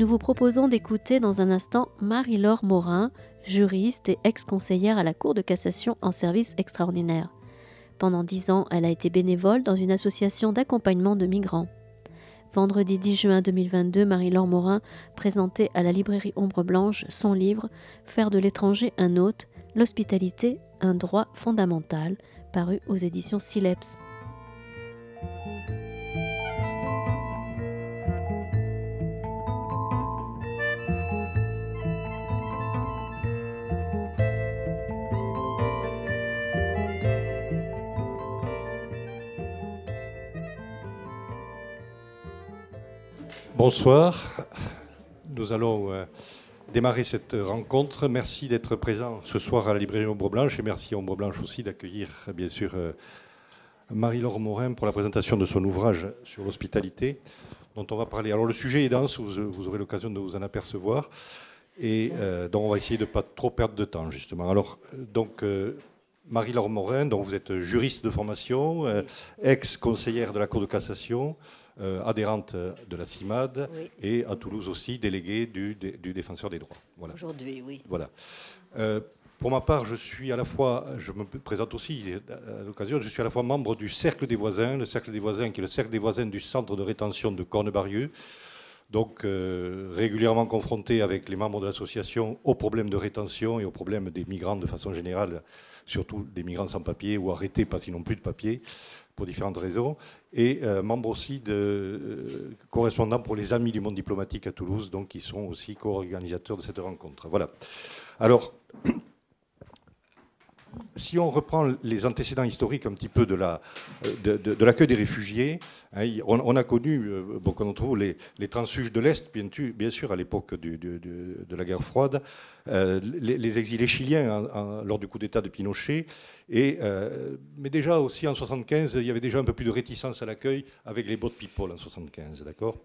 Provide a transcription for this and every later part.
nous vous proposons d'écouter dans un instant Marie-Laure Morin, juriste et ex-conseillère à la Cour de cassation en service extraordinaire. Pendant 10 ans, elle a été bénévole dans une association d'accompagnement de migrants. Vendredi 10 juin 2022, Marie-Laure Morin présentait à la librairie Ombre Blanche son livre « Faire de l'étranger un hôte, l'hospitalité, un droit fondamental » paru aux éditions Sileps. Bonsoir, nous allons démarrer cette rencontre. Merci d'être présent ce soir à la librairie Ombre Blanche et merci à Ombre Blanche aussi d'accueillir bien sûr Marie-Laure Morin pour la présentation de son ouvrage sur l'hospitalité dont on va parler. Alors le sujet est dense, vous aurez l'occasion de vous en apercevoir et donc on va essayer de ne pas trop perdre de temps justement. Alors donc Marie-Laure Morin, donc vous êtes juriste de formation, ex-conseillère de la Cour de cassation, adhérente de la CIMAD, oui. Et à Toulouse aussi, déléguée du Défenseur des droits. Voilà. Aujourd'hui, oui. Voilà. Pour ma part, je suis à la fois, je me présente aussi à l'occasion, je suis à la fois membre du Cercle des voisins, le Cercle des voisins qui est le Cercle des voisins du centre de rétention de Cornebarieux, donc régulièrement confronté avec les membres de l'association aux problèmes de rétention et aux problèmes des migrants de façon générale, surtout des migrants sans papier ou arrêtés parce qu'ils n'ont plus de papier, pour différentes raisons, et membre aussi correspondant pour les Amis du monde diplomatique à Toulouse, donc qui sont aussi co-organisateurs de cette rencontre. Voilà. Alors, si on reprend les antécédents historiques un petit peu de l'accueil des réfugiés, hein, on a connu, beaucoup d'entre vous, les transfuges de l'Est, bien sûr, à l'époque de la guerre froide, les exilés chiliens lors du coup d'État de Pinochet, mais déjà aussi en 1975, il y avait déjà un peu plus de réticence à l'accueil avec les boat people en 1975, d'accord.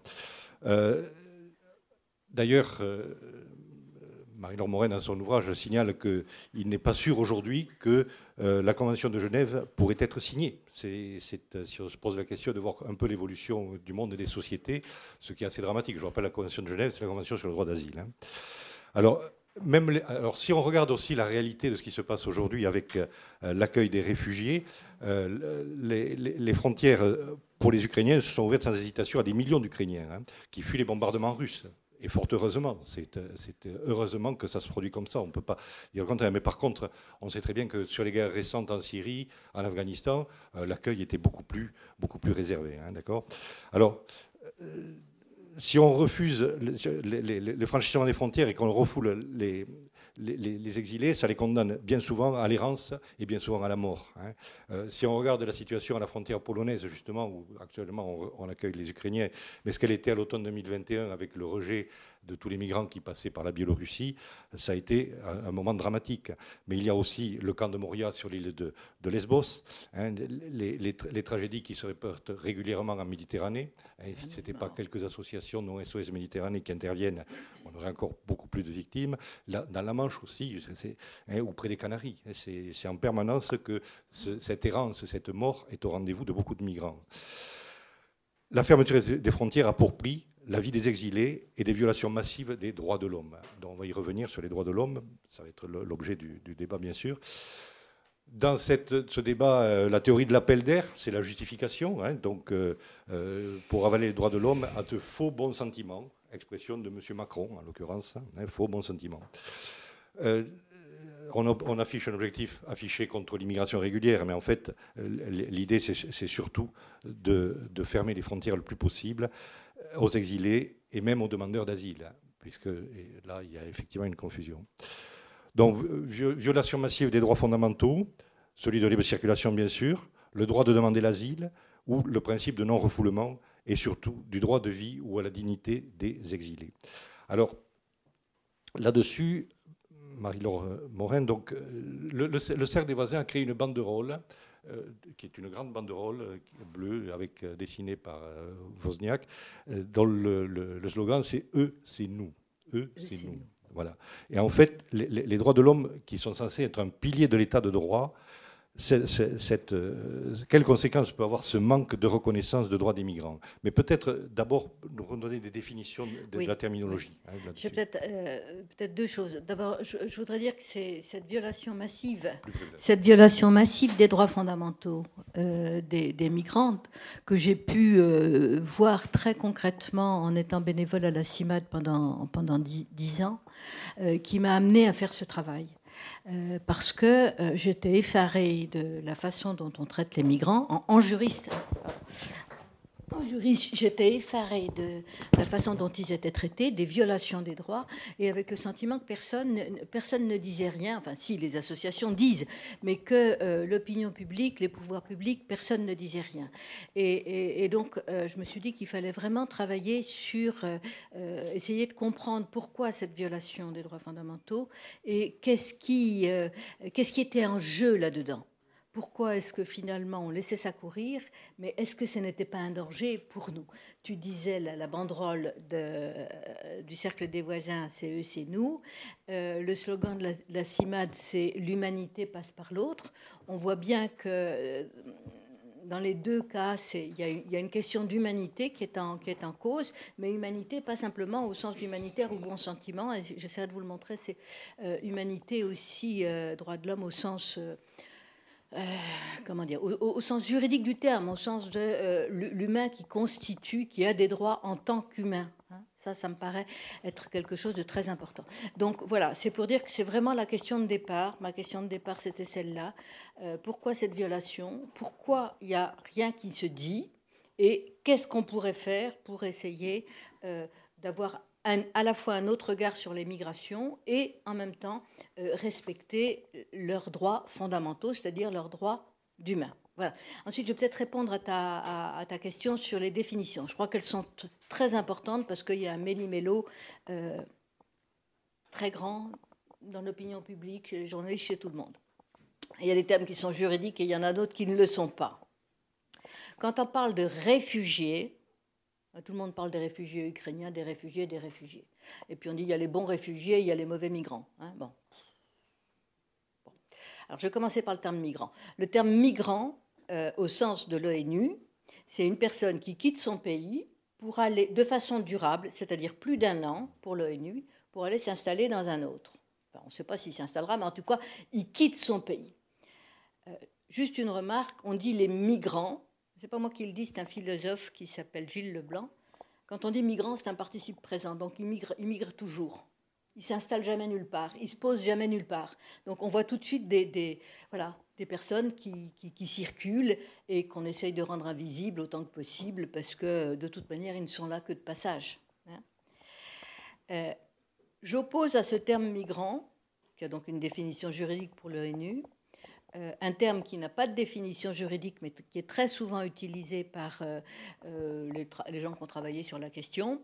D'ailleurs, Marie-Laure Morin, dans son ouvrage, signale qu'il n'est pas sûr aujourd'hui que la Convention de Genève pourrait être signée. Si on se pose la question de voir un peu l'évolution du monde et des sociétés, ce qui est assez dramatique. Je rappelle, la Convention de Genève, c'est la Convention sur le droit d'asile. Hein. Alors, si on regarde aussi la réalité de ce qui se passe aujourd'hui avec l'accueil des réfugiés, les frontières pour les Ukrainiens se sont ouvertes sans hésitation à des millions d'Ukrainiens qui fuient les bombardements russes. Et fort heureusement, c'est heureusement que ça se produit comme ça. On ne peut pas dire le contraire. Mais par contre, on sait très bien que sur les guerres récentes en Syrie, en Afghanistan, l'accueil était beaucoup plus réservé. Hein, d'accord ? Alors, si on refuse le franchissement des frontières et qu'on refoule les exilés, ça les condamne bien souvent à l'errance et bien souvent à la mort. Hein. Si on regarde la situation à la frontière polonaise, justement, où actuellement on accueille les Ukrainiens, mais ce qu'elle était à l'automne 2021 avec le rejet de tous les migrants qui passaient par la Biélorussie, ça a été un moment dramatique. Mais il y a aussi le camp de Moria sur l'île de Lesbos, hein, les tragédies qui se répètent régulièrement en Méditerranée. Et si ce n'était pas quelques associations non SOS Méditerranée qui interviennent, on aurait encore beaucoup plus de victimes. Là, dans la Manche aussi, ou près des Canaries. C'est en permanence que cette errance, cette mort est au rendez-vous de beaucoup de migrants. La fermeture des frontières a pour prix la vie des exilés et des violations massives des droits de l'homme. Donc on va y revenir sur les droits de l'homme, ça va être l'objet du débat bien sûr. Dans ce débat, la théorie de l'appel d'air, c'est la justification. Hein, donc pour avaler les droits de l'homme à de faux bons sentiments, expression de M. Macron en l'occurrence, hein, faux bons sentiments. On affiche un objectif affiché contre l'immigration régulière, mais en fait, l'idée, c'est surtout de fermer les frontières le plus possible aux exilés et même aux demandeurs d'asile, hein, puisque là, il y a effectivement une confusion. Donc, violation massive des droits fondamentaux, celui de libre circulation, bien sûr, le droit de demander l'asile ou le principe de non-refoulement et surtout du droit de vie ou à la dignité des exilés. Alors, là-dessus, Marie-Laure Morin, donc, le Cercle des voisins a créé une banderole qui est une grande banderole bleue dessinée par Wozniak, dont le slogan c'est « Eux, c'est nous ». Eux, c'est nous. Voilà. Et en fait, les droits de l'homme qui sont censés être un pilier de l'état de droit, quelles conséquences peut avoir ce manque de reconnaissance de droits des migrants? Mais peut-être d'abord nous redonner des définitions de la terminologie. Oui. J'ai peut-être deux choses. D'abord, je voudrais dire que c'est cette violation massive des droits fondamentaux des migrantes que j'ai pu voir très concrètement en étant bénévole à la CIMAD pendant 10 ans, qui m'a amené à faire ce travail. Parce que j'étais effarée de la façon dont on traite les migrants. En juriste, j'étais effarée de la façon dont ils étaient traités, des violations des droits, et avec le sentiment que personne ne disait rien. Enfin, si, les associations disent, mais que l'opinion publique, les pouvoirs publics, personne ne disait rien. Et donc, je me suis dit qu'il fallait vraiment travailler sur essayer de comprendre pourquoi cette violation des droits fondamentaux et qu'est-ce qui était en jeu là-dedans. Pourquoi est-ce que finalement on laissait ça courir, mais est-ce que ce n'était pas un danger pour nous? Tu disais la banderole du Cercle des voisins, c'est eux, c'est nous. Le slogan de la CIMAD, c'est l'humanité passe par l'autre. On voit bien que dans les deux cas, il y a une question d'humanité qui est en cause, mais humanité pas simplement au sens d'humanitaire ou bon sentiment. J'essaierai de vous le montrer, c'est humanité aussi, droit de l'homme au sens... comment dire, au sens juridique du terme, au sens de l'humain qui a des droits en tant qu'humain. Hein. Ça me paraît être quelque chose de très important. Donc voilà, c'est pour dire que c'est vraiment la question de départ. Ma question de départ, c'était celle-là. Pourquoi cette violation? Pourquoi il n'y a rien qui se dit? Et qu'est-ce qu'on pourrait faire pour essayer d'avoir à la fois un autre regard sur les migrations et en même temps respecter leurs droits fondamentaux, c'est-à-dire leurs droits d'humain. Voilà. Ensuite, je vais peut-être répondre à ta question sur les définitions. Je crois qu'elles sont très importantes parce qu'il y a un méli-mélo très grand dans l'opinion publique, chez les journalistes, chez tout le monde. Il y a des termes qui sont juridiques et il y en a d'autres qui ne le sont pas. Quand on parle de réfugiés, tout le monde parle des réfugiés ukrainiens, des réfugiés. Et puis on dit il y a les bons réfugiés, il y a les mauvais migrants. Hein, bon. Alors je vais commencer par le terme migrant. Le terme migrant, au sens de l'ONU, c'est une personne qui quitte son pays pour aller de façon durable, c'est-à-dire plus d'1 an pour l'ONU, pour aller s'installer dans un autre. Enfin, on ne sait pas s'il s'installera, mais en tout cas, il quitte son pays. Juste une remarque, on dit les migrants. Ce n'est pas moi qui le dis, c'est un philosophe qui s'appelle Gilles Leblanc. Quand on dit migrant, c'est un participe présent, donc il migre toujours. Il ne s'installe jamais nulle part, il ne se pose jamais nulle part. Donc on voit tout de suite des personnes qui circulent et qu'on essaye de rendre invisibles autant que possible parce que de toute manière, ils ne sont là que de passage. Hein. J'oppose à ce terme migrant, qui a donc une définition juridique pour l'ONU, un terme qui n'a pas de définition juridique, mais qui est très souvent utilisé par les gens qui ont travaillé sur la question,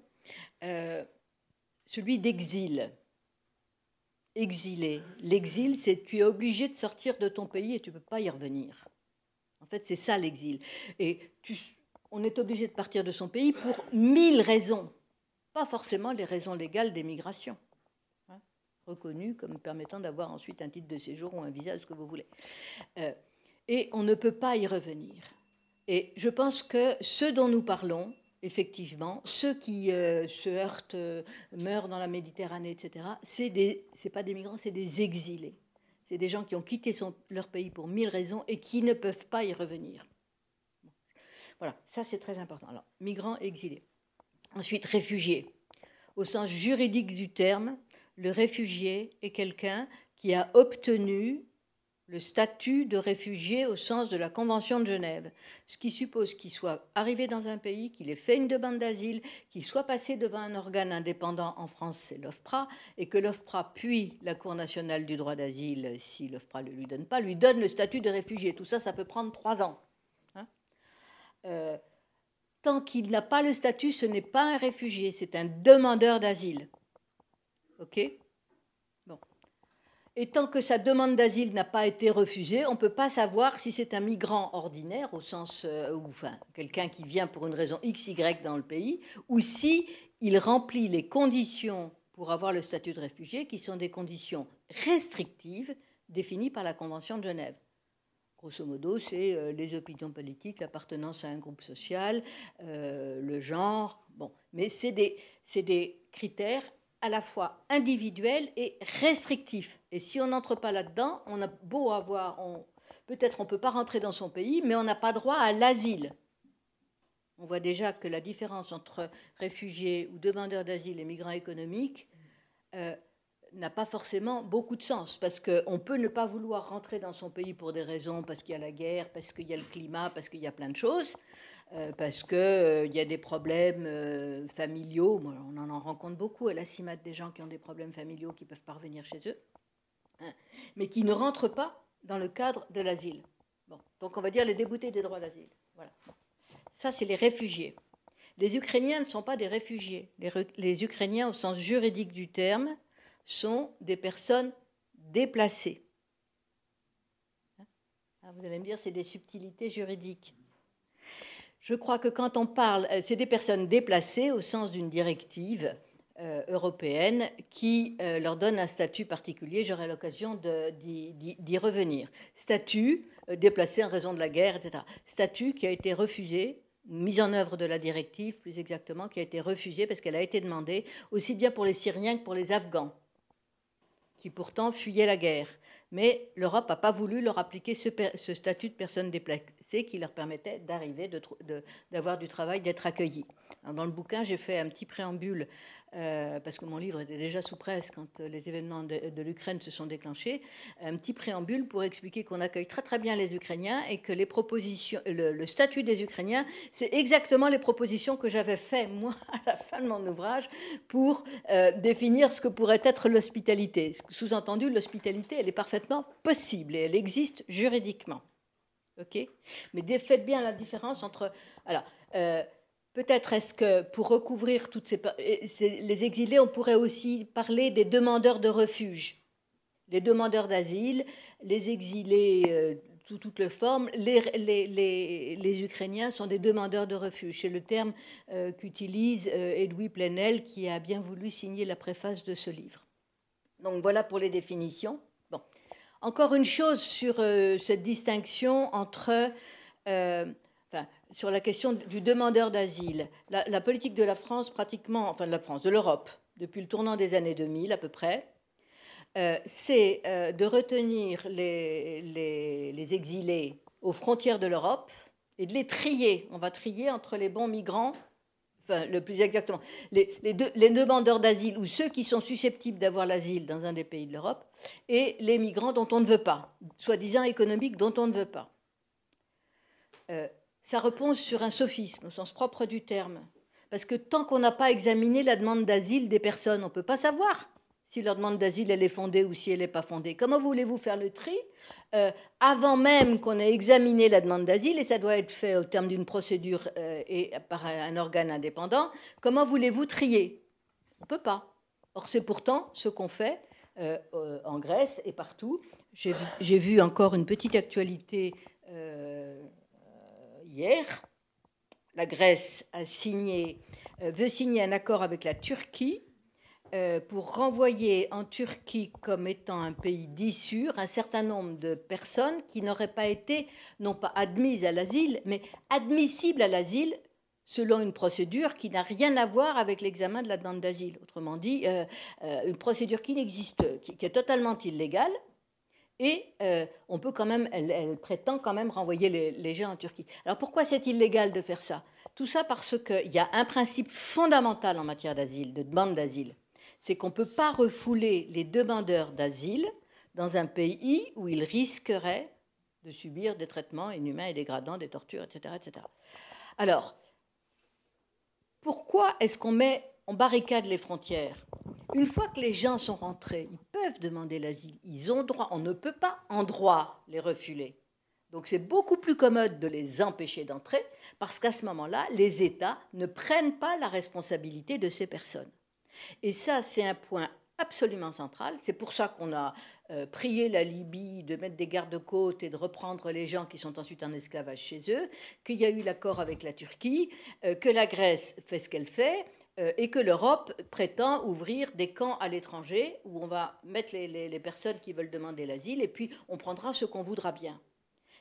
celui d'exil. Exilé. L'exil, c'est que tu es obligé de sortir de ton pays et tu ne peux pas y revenir. En fait, c'est ça l'exil. Et on est obligé de partir de son pays pour 1000 raisons, pas forcément les raisons légales des migrations. Reconnu comme permettant d'avoir ensuite un titre de séjour ou un visa, ce que vous voulez. Et on ne peut pas y revenir. Et je pense que ceux dont nous parlons, effectivement, ceux qui se heurtent, meurent dans la Méditerranée, etc., c'est pas des migrants, c'est des exilés. C'est des gens qui ont quitté leur pays pour 1000 raisons et qui ne peuvent pas y revenir. Voilà, ça c'est très important. Alors, migrants, exilés. Ensuite, réfugiés. Au sens juridique du terme, le réfugié est quelqu'un qui a obtenu le statut de réfugié au sens de la Convention de Genève, ce qui suppose qu'il soit arrivé dans un pays, qu'il ait fait une demande d'asile, qu'il soit passé devant un organe indépendant, en France c'est l'OFPRA, et que l'OFPRA puis la Cour nationale du droit d'asile, si l'OFPRA ne lui donne pas, lui donne le statut de réfugié. Tout ça, ça peut prendre 3 ans. Hein. Tant qu'il n'a pas le statut, ce n'est pas un réfugié, c'est un demandeur d'asile. OK ? Bon. Et tant que sa demande d'asile n'a pas été refusée, on ne peut pas savoir si c'est un migrant ordinaire, au sens, quelqu'un qui vient pour une raison X, Y dans le pays, ou si il remplit les conditions pour avoir le statut de réfugié, qui sont des conditions restrictives définies par la Convention de Genève. Grosso modo, c'est les opinions politiques, l'appartenance à un groupe social, le genre. Bon, mais c'est des critères à la fois individuels et restrictifs. Et si on n'entre pas là-dedans, on a beau avoir, peut-être on ne peut pas rentrer dans son pays, mais on n'a pas droit à l'asile. On voit déjà que la différence entre réfugiés ou demandeurs d'asile et migrants économiques n'a pas forcément beaucoup de sens, parce qu'on peut ne pas vouloir rentrer dans son pays pour des raisons, parce qu'il y a la guerre, parce qu'il y a le climat, parce qu'il y a plein de choses, parce qu'il y a des problèmes familiaux. Moi, on en rencontre beaucoup à la CIMAD, des gens qui ont des problèmes familiaux qui peuvent pas revenir chez eux, hein, mais qui ne rentrent pas dans le cadre de l'asile. Bon, donc on va dire les déboutés des droits d'asile. Voilà. Ça, c'est les réfugiés. Les Ukrainiens ne sont pas des réfugiés. Les Ukrainiens, au sens juridique du terme, sont des personnes déplacées. Alors vous allez me dire, c'est des subtilités juridiques. Je crois que quand on parle, c'est des personnes déplacées au sens d'une directive européenne qui leur donne un statut particulier. J'aurai l'occasion d'y revenir. Statut déplacé en raison de la guerre, etc. Statut qui a été refusé, mise en œuvre de la directive, plus exactement, qui a été refusée parce qu'elle a été demandée aussi bien pour les Syriens que pour les Afghans, qui pourtant fuyaient la guerre. Mais l'Europe n'a pas voulu leur appliquer ce statut de personne déplacée qui leur permettait d'arriver, d'avoir du travail, d'être accueillis. Alors dans le bouquin, j'ai fait un petit préambule, parce que mon livre était déjà sous presse quand les événements de l'Ukraine se sont déclenchés, un petit préambule pour expliquer qu'on accueille très très bien les Ukrainiens et que les propositions, le statut des Ukrainiens, c'est exactement les propositions que j'avais fait, moi, à la fin de mon ouvrage, pour définir ce que pourrait être l'hospitalité. Sous-entendu, l'hospitalité, elle est parfaitement possible et elle existe juridiquement. Okay, mais faites bien la différence entre... Alors, peut-être est-ce que pour recouvrir toutes les exilés, on pourrait aussi parler des demandeurs de refuge, les demandeurs d'asile, les exilés sous toutes les formes. Les Ukrainiens sont des demandeurs de refuge. C'est le terme qu'utilise Edoui Plenel, qui a bien voulu signer la préface de ce livre. Donc voilà pour les définitions. Bon. Encore une chose sur cette distinction entre... sur la question du demandeur d'asile. La politique de la France, pratiquement, enfin de l'Europe, depuis le tournant des années 2000 à peu près, c'est de retenir les exilés aux frontières de l'Europe et de les trier. On va trier entre les bons migrants, enfin le plus exactement, les demandeurs d'asile ou ceux qui sont susceptibles d'avoir l'asile dans un des pays de l'Europe et les migrants dont on ne veut pas, soi-disant économiques dont on ne veut pas. Ça repose sur un sophisme, au sens propre du terme. Parce que tant qu'on n'a pas examiné la demande d'asile des personnes, on ne peut pas savoir si leur demande d'asile elle est fondée ou si elle n'est pas fondée. Comment voulez-vous faire le tri avant même qu'on ait examiné la demande d'asile, et ça doit être fait au terme d'une procédure et par un organe indépendant, comment voulez-vous trier? On ne peut pas. Or, c'est pourtant ce qu'on fait en Grèce et partout. J'ai vu encore une petite actualité hier. La Grèce veut signer un accord avec la Turquie pour renvoyer en Turquie comme étant un pays d'issue un certain nombre de personnes qui n'auraient pas été, non pas admises à l'asile, mais admissibles à l'asile selon une procédure qui n'a rien à voir avec l'examen de la demande d'asile. Autrement dit, une procédure qui n'existe, qui est totalement illégale. Et on peut quand même, elle prétend quand même renvoyer les gens en Turquie. Alors pourquoi c'est illégal de faire ça? Tout ça parce qu'il y a un principe fondamental en matière d'asile, de demande d'asile. C'est qu'on ne peut pas refouler les demandeurs d'asile dans un pays où ils risqueraient de subir des traitements inhumains et dégradants, des tortures, etc. etc. Alors, pourquoi est-ce on barricade les frontières? Une fois que les gens sont rentrés, ils peuvent demander l'asile, ils ont droit, on ne peut pas en droit les refuler. Donc c'est beaucoup plus commode de les empêcher d'entrer, parce qu'à ce moment-là, les États ne prennent pas la responsabilité de ces personnes. Et ça, c'est un point absolument central. C'est pour ça qu'on a prié la Libye de mettre des gardes-côtes et de reprendre les gens qui sont ensuite en esclavage chez eux, qu'il y a eu l'accord avec la Turquie, que la Grèce fait ce qu'elle fait, et que l'Europe prétend ouvrir des camps à l'étranger où on va mettre les personnes qui veulent demander l'asile et puis on prendra ce qu'on voudra bien.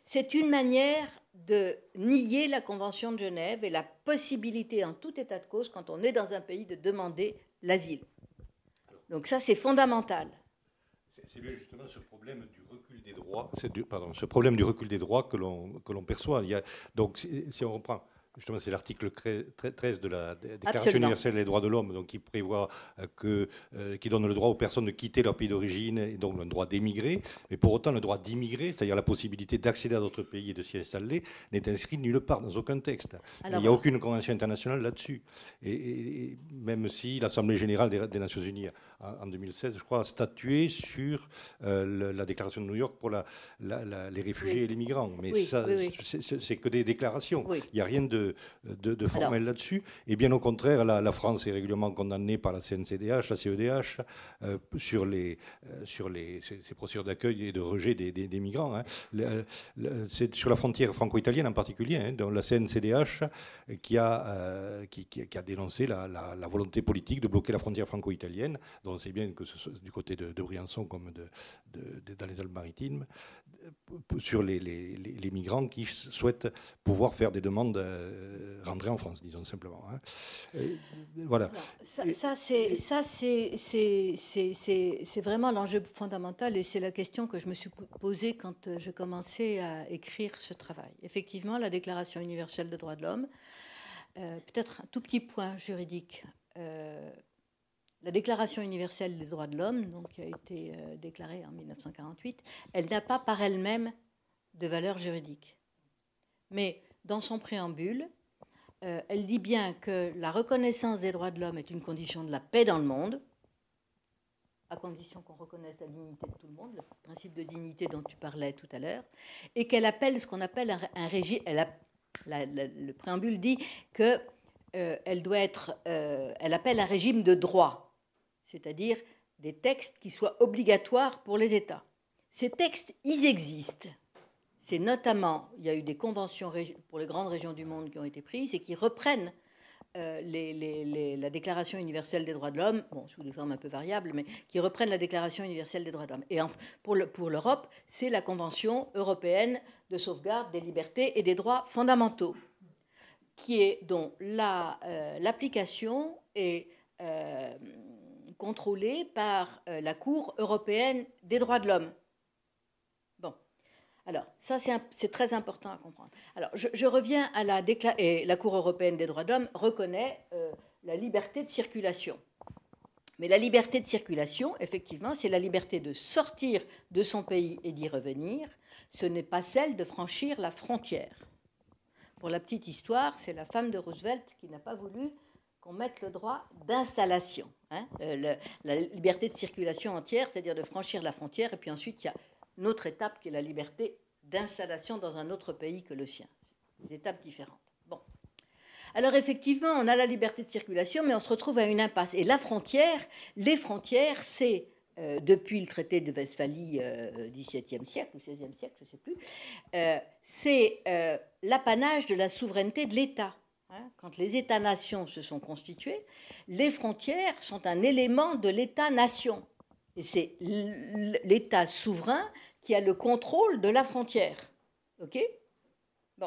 c'est une manière de nier la Convention de Genève et la possibilité, en tout état de cause, quand on est dans un pays, de demander l'asile. Donc ça, c'est fondamental. C'est bien justement ce problème du recul des droits, ce problème du recul des droits que l'on perçoit. Donc, si on reprend, justement, c'est l'article 13 de la Déclaration Absolument. universelle des droits de l'homme, donc qui prévoit qui donne le droit aux personnes de quitter leur pays d'origine et donc le droit d'émigrer. Mais pour autant, le droit d'immigrer, c'est-à-dire la possibilité d'accéder à d'autres pays et de s'y installer, n'est inscrit nulle part, dans aucun texte. Il n'y a aucune convention internationale là-dessus. Et même si l'Assemblée générale des Nations unies, en 2016, je crois, a statué sur la déclaration de New York pour les réfugiés et les migrants. Mais ça, c'est que des déclarations. Il n'y a rien de formel là-dessus. Et bien au contraire, la France est régulièrement condamnée par la CNCDH, la CEDH, sur ces procédures d'accueil et de rejet des migrants. C'est sur la frontière franco-italienne en particulier, dont la CNCDH qui a dénoncé la volonté politique de bloquer la frontière franco-italienne, dont on sait bien que ce soit du côté de Briançon comme dans les Alpes-Maritimes, sur les migrants qui souhaitent pouvoir faire des demandes, rentrer en France, disons simplement. Voilà. Ça c'est vraiment l'enjeu fondamental et c'est la question que je me suis posée quand je commençais à écrire ce travail. Effectivement, la Déclaration universelle des droits de l'homme, peut-être un tout petit point juridique. La Déclaration universelle des droits de l'homme, donc, qui a été déclarée en 1948, elle n'a pas par elle-même de valeur juridique. Mais dans son préambule, elle dit bien que la reconnaissance des droits de l'homme est une condition de la paix dans le monde, à condition qu'on reconnaisse la dignité de tout le monde, le principe de dignité dont tu parlais tout à l'heure, et qu'elle appelle ce qu'on appelle un régime. Le préambule dit que elle appelle un régime de droit, c'est-à-dire des textes qui soient obligatoires pour les États. Ces textes, ils existent. C'est notamment, il y a eu des conventions pour les grandes régions du monde qui ont été prises et qui reprennent la Déclaration universelle des droits de l'homme, bon, sous des formes un peu variables, mais qui reprennent la Déclaration universelle des droits de l'homme. Et pour l'Europe, c'est la Convention européenne de sauvegarde des libertés et des droits fondamentaux, dont l'application est contrôlée par la Cour européenne des droits de l'homme. Alors, ça, c'est très important à comprendre. Alors, je reviens à et la Cour européenne des droits de l'homme reconnaît la liberté de circulation. Mais la liberté de circulation, effectivement, c'est la liberté de sortir de son pays et d'y revenir. Ce n'est pas celle de franchir la frontière. Pour la petite histoire, c'est la femme de Roosevelt qui n'a pas voulu qu'on mette le droit d'installation. La liberté de circulation entière, c'est-à-dire de franchir la frontière, et puis ensuite, il y a une autre étape qui est la liberté d'installation dans un autre pays que le sien. C'est des étapes différentes. Bon. Alors effectivement, on a la liberté de circulation, mais on se retrouve à une impasse. Et les frontières, c'est, depuis le traité de Westphalie, XVIIe siècle ou XVIe siècle, je ne sais plus, c'est l'apanage de la souveraineté de l'État. Quand les États-nations se sont constitués, les frontières sont un élément de l'État-nation. Et c'est l'État souverain qui a le contrôle de la frontière. OK ? Bon.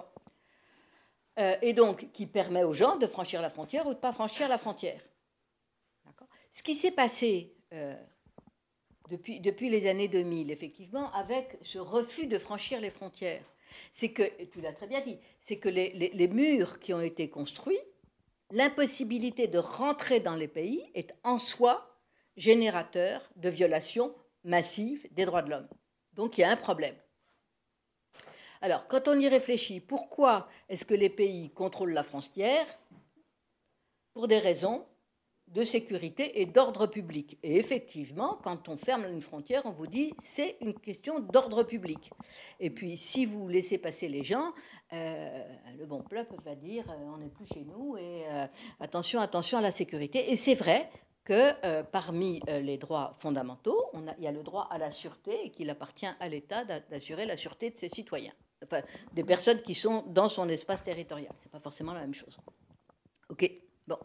Et donc, qui permet aux gens de franchir la frontière ou de ne pas franchir la frontière. D'accord ? Ce qui s'est passé depuis les années 2000, effectivement, avec ce refus de franchir les frontières, c'est que, et tu l'as très bien dit, c'est que les murs qui ont été construits, l'impossibilité de rentrer dans les pays est en soi générateur de violations massives des droits de l'homme. Donc il y a un problème. Alors, quand on y réfléchit, pourquoi est-ce que les pays contrôlent la frontière ? Pour des raisons de sécurité et d'ordre public. Et effectivement, quand on ferme une frontière, on vous dit c'est une question d'ordre public. Et puis, si vous laissez passer les gens, le bon peuple va dire on n'est plus chez nous et attention à la sécurité. Et c'est vrai que parmi les droits fondamentaux, il y a le droit à la sûreté et qu'il appartient à l'État d'assurer la sûreté de ses citoyens, enfin, des personnes qui sont dans son espace territorial. Ce n'est pas forcément la même chose. OK, bon.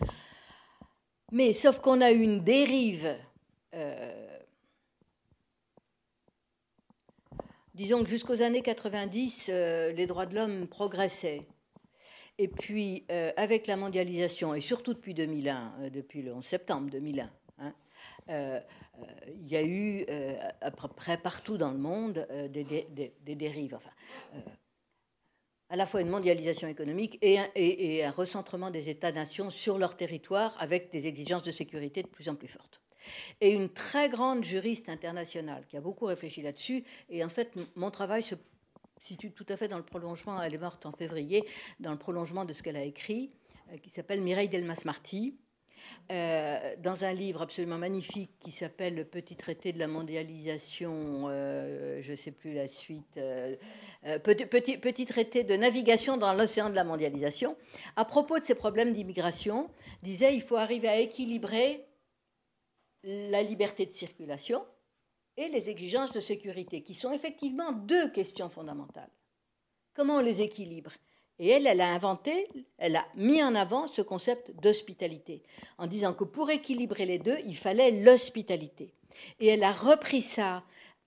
Mais sauf qu'on a une dérive disons que jusqu'aux années 90, les droits de l'homme progressaient. Et puis, avec la mondialisation, et surtout depuis 2001, depuis le 11 septembre 2001, hein, il y a eu à peu près partout dans le monde des dérives. Enfin, à la fois une mondialisation économique et un recentrement des États-nations sur leur territoire avec des exigences de sécurité de plus en plus fortes. Et une très grande juriste internationale qui a beaucoup réfléchi là-dessus, et en fait, mon travail se situe tout à fait dans le prolongement, elle est morte en février, dans le prolongement de ce qu'elle a écrit, qui s'appelle Mireille Delmas-Marty, dans un livre absolument magnifique qui s'appelle Le Petit Traité de la mondialisation, je ne sais plus la suite, petit Traité de navigation dans l'océan de la mondialisation, à propos de ces problèmes d'immigration, disait il faut arriver à équilibrer la liberté de circulation et les exigences de sécurité, qui sont effectivement deux questions fondamentales. Comment on les équilibre ? Et elle a mis en avant ce concept d'hospitalité, en disant que pour équilibrer les deux, il fallait l'hospitalité. Et elle a repris ça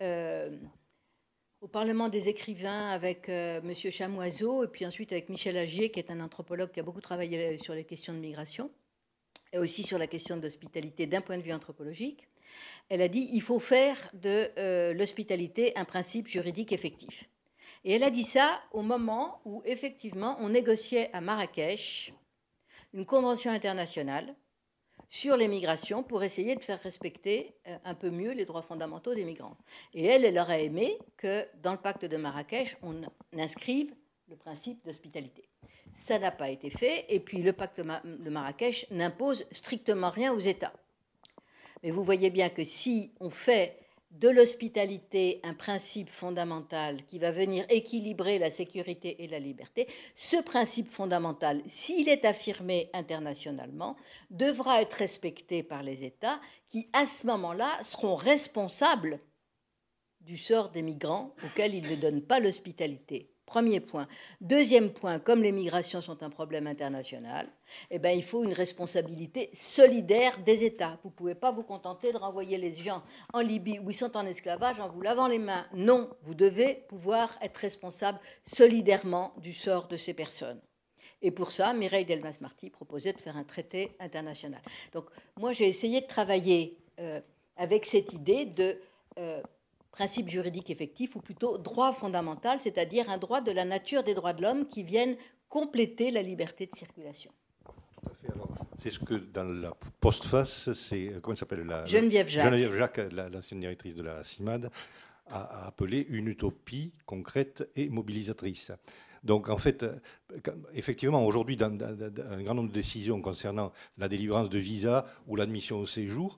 au Parlement des écrivains avec M. Chamoiseau, et puis ensuite avec Michel Agier, qui est un anthropologue qui a beaucoup travaillé sur les questions de migration, et aussi sur la question de l'hospitalité d'un point de vue anthropologique. Elle a dit il faut faire de l'hospitalité un principe juridique effectif. Et elle a dit ça au moment où, effectivement, on négociait à Marrakech une convention internationale sur les migrations pour essayer de faire respecter un peu mieux les droits fondamentaux des migrants. Et elle aurait aimé que, dans le pacte de Marrakech, on inscrive le principe d'hospitalité. Ça n'a pas été fait, et puis le pacte de Marrakech n'impose strictement rien aux États. Mais vous voyez bien que si on fait de l'hospitalité un principe fondamental qui va venir équilibrer la sécurité et la liberté, ce principe fondamental, s'il est affirmé internationalement, devra être respecté par les États qui, à ce moment-là, seront responsables du sort des migrants auxquels ils ne donnent pas l'hospitalité. Premier point. Deuxième point, comme les migrations sont un problème international, il faut une responsabilité solidaire des États. Vous ne pouvez pas vous contenter de renvoyer les gens en Libye où ils sont en esclavage en vous lavant les mains. Non, vous devez pouvoir être responsable solidairement du sort de ces personnes. Et pour ça, Mireille Delmas-Marty proposait de faire un traité international. Donc moi, j'ai essayé de travailler avec cette idée de principe juridique effectif, ou plutôt droit fondamental, c'est-à-dire un droit de la nature des droits de l'homme qui viennent compléter la liberté de circulation. Tout à fait. Alors, c'est ce que dans la postface, c'est comment s'appelle Geneviève Jacques. Geneviève Jacques, l'ancienne directrice de la CIMAD, a appelé une utopie concrète et mobilisatrice. Donc, en fait, effectivement, aujourd'hui, dans un grand nombre de décisions concernant la délivrance de visas ou l'admission au séjour,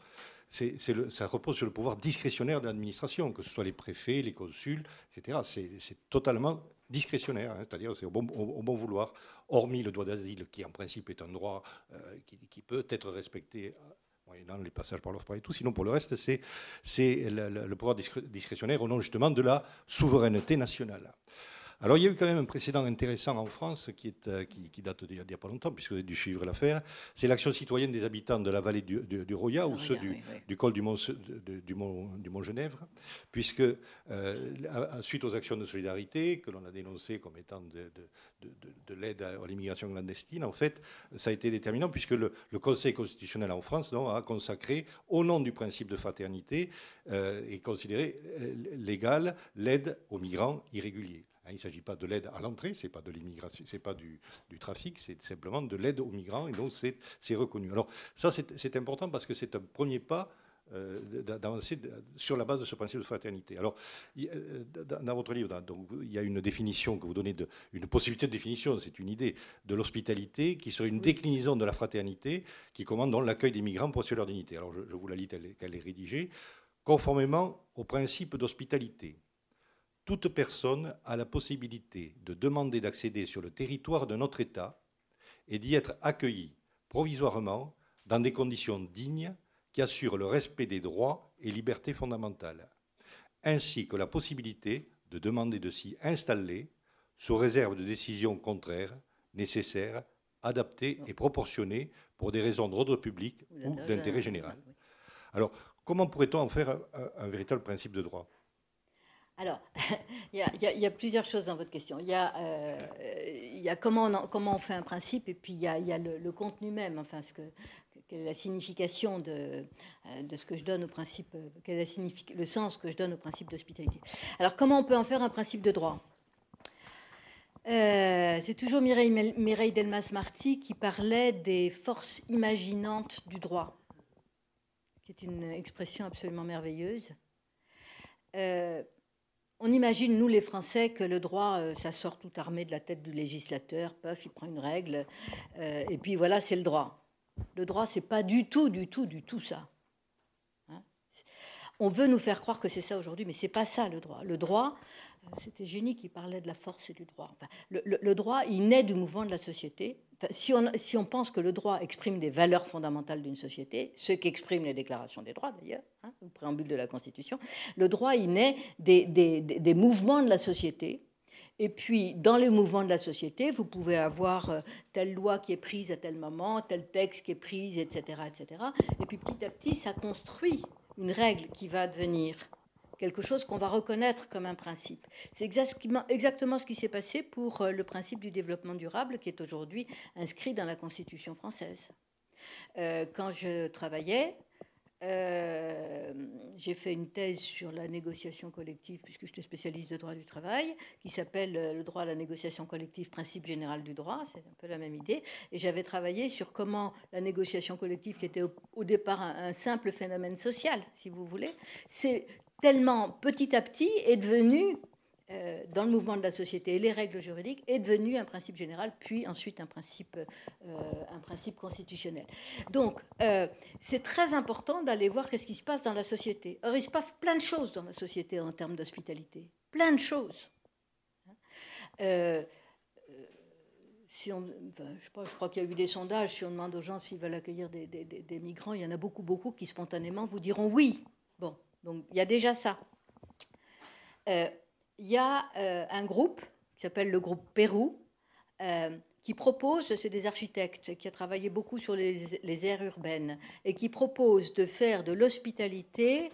ça repose sur le pouvoir discrétionnaire de l'administration, que ce soit les préfets, les consuls, etc. C'est totalement discrétionnaire, hein, c'est-à-dire c'est au bon vouloir, hormis le droit d'asile, qui en principe est un droit qui peut être respecté dans les passages par l'OFPRA et tout. Sinon, pour le reste, c'est le pouvoir discrétionnaire au nom justement de la souveraineté nationale. Alors, il y a eu quand même un précédent intéressant en France qui date d'il n'y a pas longtemps, puisque vous avez dû suivre l'affaire. C'est l'action citoyenne des habitants de la vallée du Roya, ou ceux du col du Mont-Genèvre, puisque suite aux actions de solidarité que l'on a dénoncées comme étant de l'aide à l'immigration clandestine, en fait, ça a été déterminant, puisque le Conseil constitutionnel en France a consacré, au nom du principe de fraternité, et considéré légale l'aide aux migrants irréguliers. Il ne s'agit pas de l'aide à l'entrée, ce n'est pas de l'immigration, ce n'est pas du trafic, c'est simplement de l'aide aux migrants, et donc c'est reconnu. Alors ça, c'est important parce que c'est un premier pas d'avancer sur la base de ce principe de fraternité. Alors, dans votre livre, donc, il y a une définition que vous donnez, une possibilité de définition, c'est une idée de l'hospitalité qui serait une déclinaison de la fraternité qui commande donc l'accueil des migrants pour assurer leur dignité. Alors, je vous la lis telle qu'elle est rédigée. Conformément au principe d'hospitalité, toute personne a la possibilité de demander d'accéder sur le territoire d'un autre État et d'y être accueillie provisoirement dans des conditions dignes qui assurent le respect des droits et libertés fondamentales, ainsi que la possibilité de demander de s'y installer sous réserve de décisions contraires, nécessaires, adaptées et proportionnées pour des raisons d'ordre public ou d'intérêt général. Alors, comment pourrait-on en faire un véritable principe de droit ? Alors, Il y a plusieurs choses dans votre question. Il y a comment on fait un principe, et puis il y a le contenu même, enfin, quelle est la signification de ce que je donne au principe, quel est le sens que je donne au principe d'hospitalité. Alors, comment on peut en faire un principe de droit ? C'est toujours Mireille Delmas-Marty qui parlait des forces imaginantes du droit, qui est une expression absolument merveilleuse. On imagine, nous les Français, que le droit, ça sort tout armé de la tête du législateur, paf, il prend une règle, et puis voilà, c'est le droit. Le droit, c'est pas du tout ça. Hein ? On veut nous faire croire que c'est ça aujourd'hui, mais c'est pas ça le droit. Le droit, c'était Génie qui parlait de la force et du droit. Enfin, le droit, il naît du mouvement de la société. Enfin, si on pense que le droit exprime des valeurs fondamentales d'une société, ce qu'expriment les déclarations des droits d'ailleurs, hein, le préambule de la Constitution, le droit, il naît des mouvements de la société. Et puis, dans les mouvements de la société, vous pouvez avoir telle loi qui est prise à tel moment, tel texte qui est prise, etc., etc. Et puis, petit à petit, ça construit une règle qui va devenir quelque chose qu'on va reconnaître comme un principe. C'est exactement ce qui s'est passé pour le principe du développement durable qui est aujourd'hui inscrit dans la Constitution française. Quand je travaillais, j'ai fait une thèse sur la négociation collective, puisque j'étais spécialiste de droit du travail, qui s'appelle le droit à la négociation collective, principe général du droit, c'est un peu la même idée, et j'avais travaillé sur comment la négociation collective, qui était au départ un simple phénomène social, si vous voulez, c'est tellement petit à petit est devenu, dans le mouvement de la société et les règles juridiques, est devenu un principe général, puis ensuite un principe constitutionnel. Donc, c'est très important d'aller voir qu'est-ce qui se passe dans la société. Or, il se passe plein de choses dans la société en termes d'hospitalité. Plein de choses. Je crois qu'il y a eu des sondages, si on demande aux gens s'ils veulent accueillir des migrants, il y en a beaucoup qui spontanément vous diront oui. Bon. Donc, il y a déjà ça. Il y a un groupe qui s'appelle le groupe Pérou, qui propose, c'est des architectes, qui a travaillé beaucoup sur les aires urbaines, et qui propose de faire de l'hospitalité,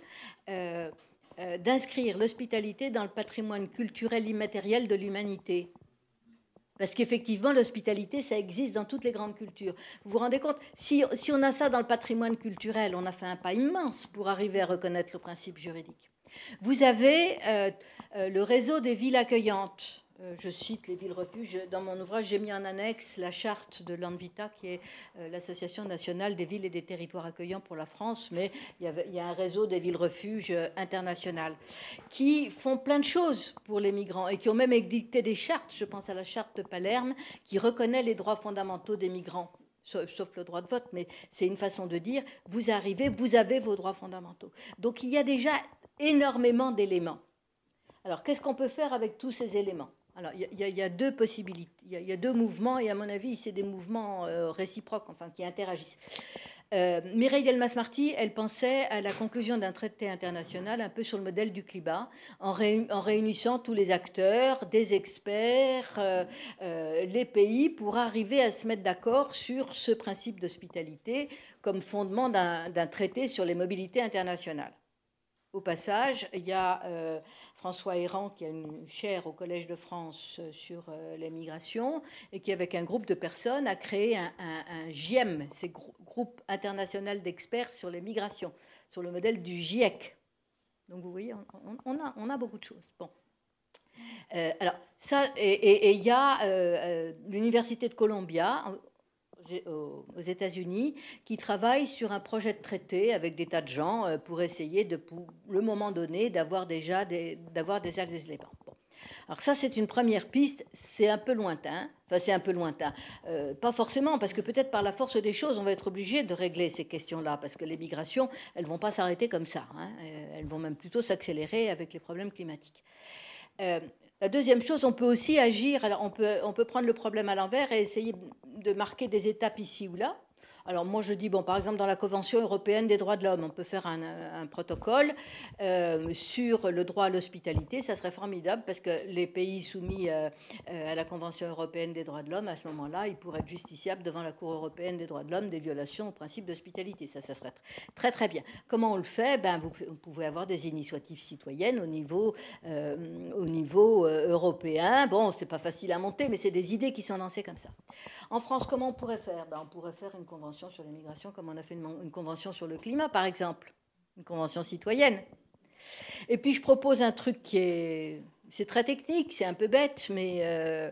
d'inscrire l'hospitalité dans le patrimoine culturel immatériel de l'humanité. Parce qu'effectivement, l'hospitalité, ça existe dans toutes les grandes cultures. Vous vous rendez compte, si on a ça dans le patrimoine culturel, on a fait un pas immense pour arriver à reconnaître le principe juridique. Vous avez le réseau des villes accueillantes. Je cite les villes-refuges. Dans mon ouvrage, j'ai mis en annexe la charte de l'ANVITA, qui est l'Association nationale des villes et des territoires accueillants pour la France, mais il y a un réseau des villes-refuges internationales qui font plein de choses pour les migrants et qui ont même édicté des chartes. Je pense à la charte de Palerme, qui reconnaît les droits fondamentaux des migrants, sauf le droit de vote, mais c'est une façon de dire, vous arrivez, vous avez vos droits fondamentaux. Donc il y a déjà énormément d'éléments. Alors, qu'est-ce qu'on peut faire avec tous ces éléments ? Alors, il y a deux possibilités, il y a deux mouvements, et à mon avis, c'est des mouvements réciproques, enfin, qui interagissent. Mireille Delmas-Marty, elle pensait à la conclusion d'un traité international un peu sur le modèle du climat, en réunissant tous les acteurs, des experts, les pays, pour arriver à se mettre d'accord sur ce principe d'hospitalité comme fondement d'un traité sur les mobilités internationales. Au passage, il y a François Héran, qui a une chaire au Collège de France sur les migrations, et qui, avec un groupe de personnes, a créé un GIEM, c'est Groupe international d'experts sur les migrations, sur le modèle du GIEC. Donc, vous voyez, on a beaucoup de choses. Bon. Alors, ça, et il y a l'Université de Columbia, aux États-Unis, qui travaille sur un projet de traité avec des tas de gens pour essayer, pour le moment donné, d'avoir des éléments. Bon. Alors ça, c'est une première piste, c'est un peu lointain. Enfin, c'est un peu lointain. Pas forcément, parce que peut-être par la force des choses, on va être obligé de régler ces questions-là, parce que les migrations, elles ne vont pas s'arrêter comme ça. Hein. Elles vont même plutôt s'accélérer avec les problèmes climatiques. La deuxième chose, on peut aussi agir, alors on peut prendre le problème à l'envers et essayer de marquer des étapes ici ou là. Alors moi je dis, bon, par exemple dans la Convention européenne des droits de l'homme, on peut faire un protocole sur le droit à l'hospitalité, ça serait formidable parce que les pays soumis à la Convention européenne des droits de l'homme, à ce moment-là, ils pourraient être justiciables devant la Cour européenne des droits de l'homme des violations au principe d'hospitalité. Ça serait très très bien. Comment on le fait? Vous pouvez avoir des initiatives citoyennes au niveau européen. Bon, c'est pas facile à monter, mais c'est des idées qui sont lancées comme ça. En France, comment on pourrait faire? On pourrait faire une convention sur l'immigration comme on a fait une convention sur le climat, par exemple. Une convention citoyenne. Et puis, je propose un truc c'est très technique, c'est un peu bête, mais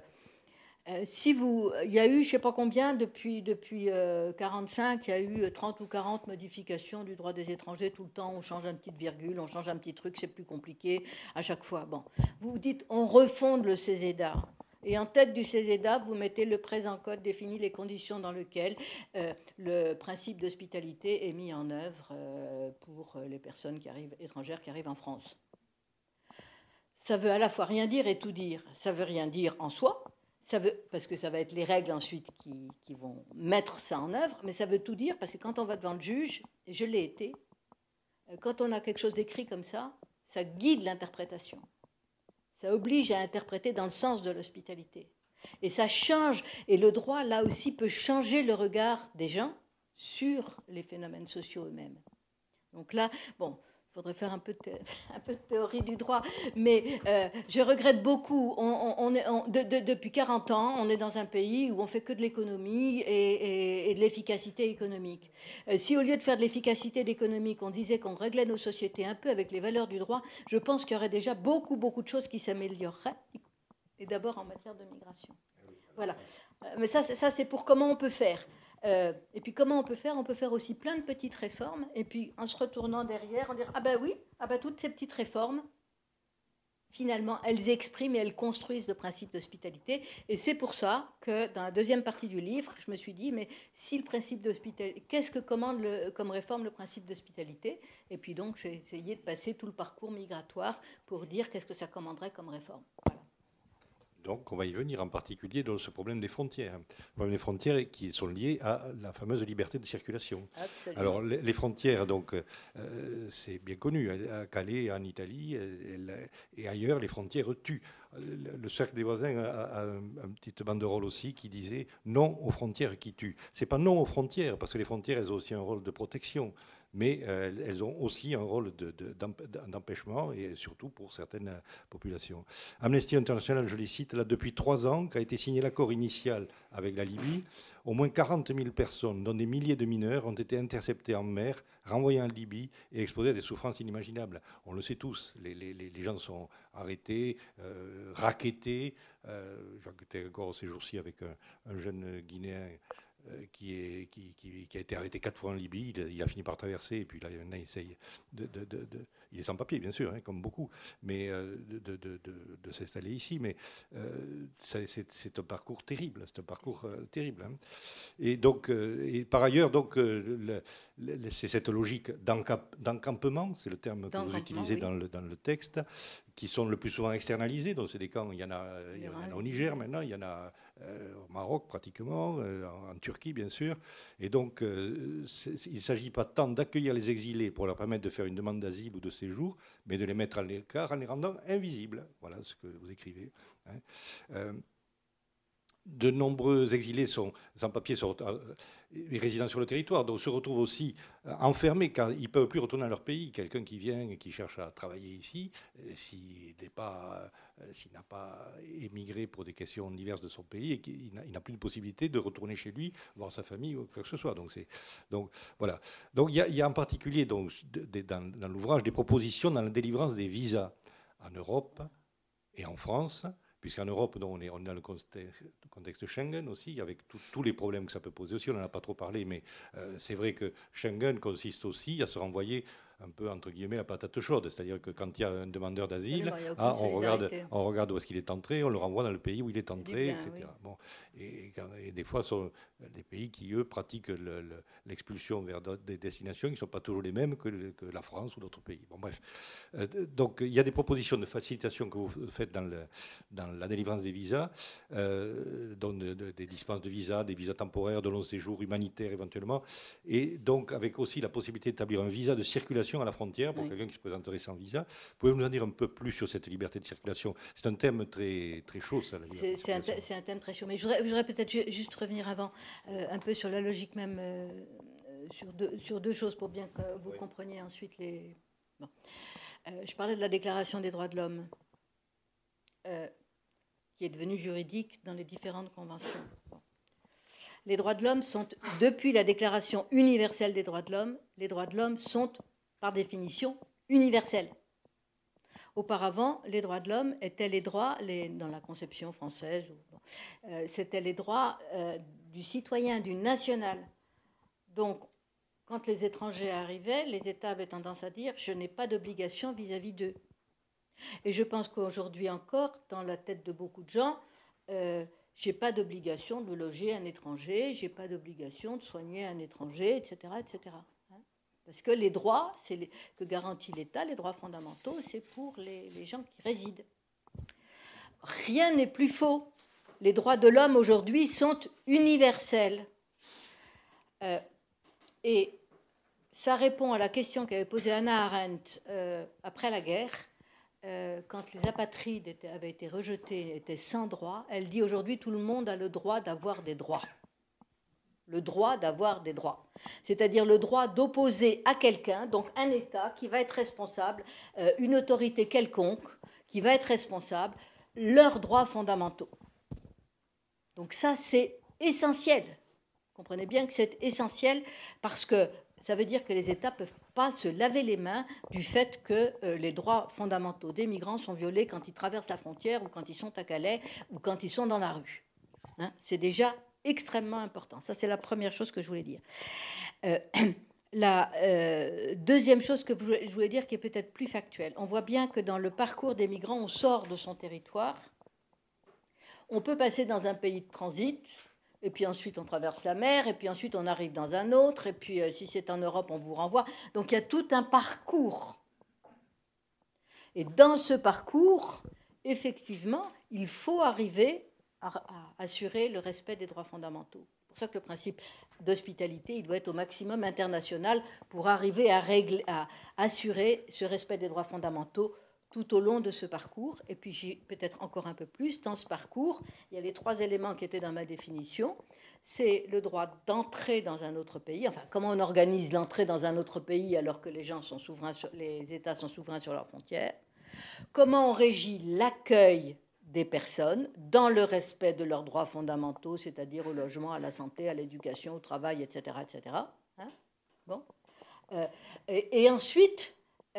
il y a eu, je ne sais pas combien, depuis 1945, il y a eu 30 ou 40 modifications du droit des étrangers tout le temps. On change une petite virgule, on change un petit truc, c'est plus compliqué à chaque fois. Bon, vous vous dites, on refonde le CESEDA. Et en tête du CESEDA, vous mettez le présent code définit les conditions dans lesquelles le principe d'hospitalité est mis en œuvre pour les personnes étrangères qui arrivent en France. Ça veut à la fois rien dire et tout dire. Ça veut rien dire en soi, parce que ça va être les règles ensuite qui vont mettre ça en œuvre, mais ça veut tout dire parce que quand on va devant le juge, et je l'ai été, quand on a quelque chose d'écrit comme ça guide l'interprétation. Ça oblige à interpréter dans le sens de l'hospitalité. Et ça change, et le droit, là aussi, peut changer le regard des gens sur les phénomènes sociaux eux-mêmes. Donc là, bon, il faudrait faire un peu de théorie du droit, mais je regrette beaucoup. Depuis 40 ans, on est dans un pays où on fait que de l'économie et de l'efficacité économique. Si au lieu de faire de l'efficacité économique, on disait qu'on réglait nos sociétés un peu avec les valeurs du droit, je pense qu'il y aurait déjà beaucoup de choses qui s'amélioreraient, et d'abord en matière de migration. Voilà. Mais ça c'est pour comment on peut faire. Et puis comment on peut faire? On peut faire aussi plein de petites réformes, et puis en se retournant derrière, on dit ah ben oui, toutes ces petites réformes, finalement, elles expriment et elles construisent le principe d'hospitalité. Et c'est pour ça que dans la deuxième partie du livre, je me suis dit, mais si le principe d'hospitalité, qu'est-ce que commande comme réforme le principe d'hospitalité? Et puis donc, j'ai essayé de passer tout le parcours migratoire pour dire qu'est-ce que ça commanderait comme réforme. Voilà. Donc, on va y venir en particulier dans ce problème des frontières. Le problème des frontières qui sont liées à la fameuse liberté de circulation. Absolument. Alors, les frontières, donc, c'est bien connu. À Calais, en Italie, et ailleurs, les frontières tuent. Le Cercle des voisins a une petite banderole aussi qui disait « Non aux frontières qui tuent ». Ce n'est pas non aux frontières, parce que les frontières, elles ont aussi un rôle de protection. Mais elles ont aussi un rôle d'empêchement, et surtout pour certaines populations. Amnesty International, je les cite, là, depuis 3 ans qu'a été signé l'accord initial avec la Libye, au moins 40 000 personnes, dont des milliers de mineurs, ont été interceptées en mer, renvoyées en Libye et exposées à des souffrances inimaginables. On le sait tous, les gens sont arrêtés, rackettés. J'étais encore ces jours-ci avec un jeune Guinéen qui a été arrêté 4 fois en Libye. Il a fini par traverser, et puis là, il essaye il est sans papier, bien sûr, hein, comme beaucoup, mais de s'installer ici. Mais c'est un parcours terrible, hein. Et donc, et par ailleurs, donc, c'est cette logique d'encampement, c'est le terme que vous utilisez, oui, dans le texte, qui sont le plus souvent externalisés. Donc, c'est des camps, il y en a au Niger maintenant, il y en a au Maroc pratiquement, en Turquie bien sûr. Et donc, il ne s'agit pas tant d'accueillir les exilés pour leur permettre de faire une demande d'asile ou de séjour, mais de les mettre à l'écart en les rendant invisibles. Voilà ce que vous écrivez, hein. De nombreux exilés sans papier résidant sur le territoire, donc se retrouvent aussi enfermés car ils ne peuvent plus retourner à leur pays. Quelqu'un qui vient et qui cherche à travailler ici, s'il n'a pas émigré pour des questions diverses de son pays, et qu'il n'a plus de possibilité de retourner chez lui, voir sa famille ou quoi que ce soit. Donc voilà. Donc il y a en particulier dans l'ouvrage des propositions dans la délivrance des visas en Europe et en France, puisqu'en Europe, on est dans le contexte Schengen aussi, avec tous les problèmes que ça peut poser aussi. On n'en a pas trop parlé, mais c'est vrai que Schengen consiste aussi à se renvoyer un peu, entre guillemets, la patate chaude. C'est-à-dire que quand il y a un demandeur d'asile, on regarde où est-ce qu'il est entré, on le renvoie dans le pays où il est entré, etc. Oui. Bon, et des fois, ce sont des pays qui, eux, pratiquent l'expulsion vers des destinations qui ne sont pas toujours les mêmes que la France ou d'autres pays. Bon, bref. Donc, il y a des propositions de facilitation que vous faites dans la délivrance des visas, des dispenses de visas, des visas temporaires, de long séjour, humanitaires éventuellement, et donc avec aussi la possibilité d'établir un visa de circulation à la frontière pour quelqu'un qui se présenterait sans visa. Pouvez-vous nous en dire un peu plus sur cette liberté de circulation? C'est un thème très, très chaud, ça. C'est un thème très chaud, mais je voudrais peut-être juste revenir avant un peu sur la logique même, sur deux choses pour bien que vous compreniez ensuite les... Bon. Je parlais de la Déclaration des droits de l'homme, qui est devenue juridique dans les différentes conventions. Bon. Les droits de l'homme sont, depuis la Déclaration universelle des droits de l'homme, les droits de l'homme sont, par définition, universels. Auparavant, les droits de l'homme étaient les droits, dans la conception française, c'était les droits du citoyen, du national. Donc, quand les étrangers arrivaient, les États avaient tendance à dire « je n'ai pas d'obligation vis-à-vis d'eux ». Et je pense qu'aujourd'hui encore, dans la tête de beaucoup de gens, j'ai pas d'obligation de loger un étranger, j'ai pas d'obligation de soigner un étranger, etc., etc. Parce que les droits que garantit l'État, les droits fondamentaux, c'est pour les gens qui résident. Rien n'est plus faux. Les droits de l'homme aujourd'hui sont universels. Et ça répond à la question qu'avait posée Hannah Arendt après la guerre. Quand les apatrides avaient été rejetés, étaient sans droit, elle dit aujourd'hui tout le monde a le droit d'avoir des droits. Le droit d'avoir des droits. C'est-à-dire le droit d'opposer à quelqu'un, donc un État qui va être responsable, une autorité quelconque qui va être responsable, leurs droits fondamentaux. Donc ça, c'est essentiel. Comprenez bien que c'est essentiel parce que ça veut dire que les États ne peuvent pas se laver les mains du fait que les droits fondamentaux des migrants sont violés quand ils traversent la frontière ou quand ils sont à Calais ou quand ils sont dans la rue. Hein, c'est déjà extrêmement important. Ça, c'est la première chose que je voulais dire. La deuxième chose que je voulais dire, qui est peut-être plus factuelle, on voit bien que dans le parcours des migrants, on sort de son territoire, on peut passer dans un pays de transit, et puis ensuite on traverse la mer, et puis ensuite on arrive dans un autre, et puis si c'est en Europe, on vous renvoie. Donc il y a tout un parcours. Et dans ce parcours, effectivement, il faut arriver à assurer le respect des droits fondamentaux. C'est pour ça que le principe d'hospitalité, il doit être au maximum international pour arriver à assurer ce respect des droits fondamentaux tout au long de ce parcours. Et puis j'ai peut-être encore un peu plus. Dans ce parcours, il y a les 3 éléments qui étaient dans ma définition. C'est le droit d'entrer dans un autre pays. Enfin, comment on organise l'entrée dans un autre pays alors que les États sont souverains sur leurs frontières. Comment on régit l'accueil des personnes dans le respect de leurs droits fondamentaux, c'est-à-dire au logement, à la santé, à l'éducation, au travail, etc. etc. Hein, bon. Et ensuite,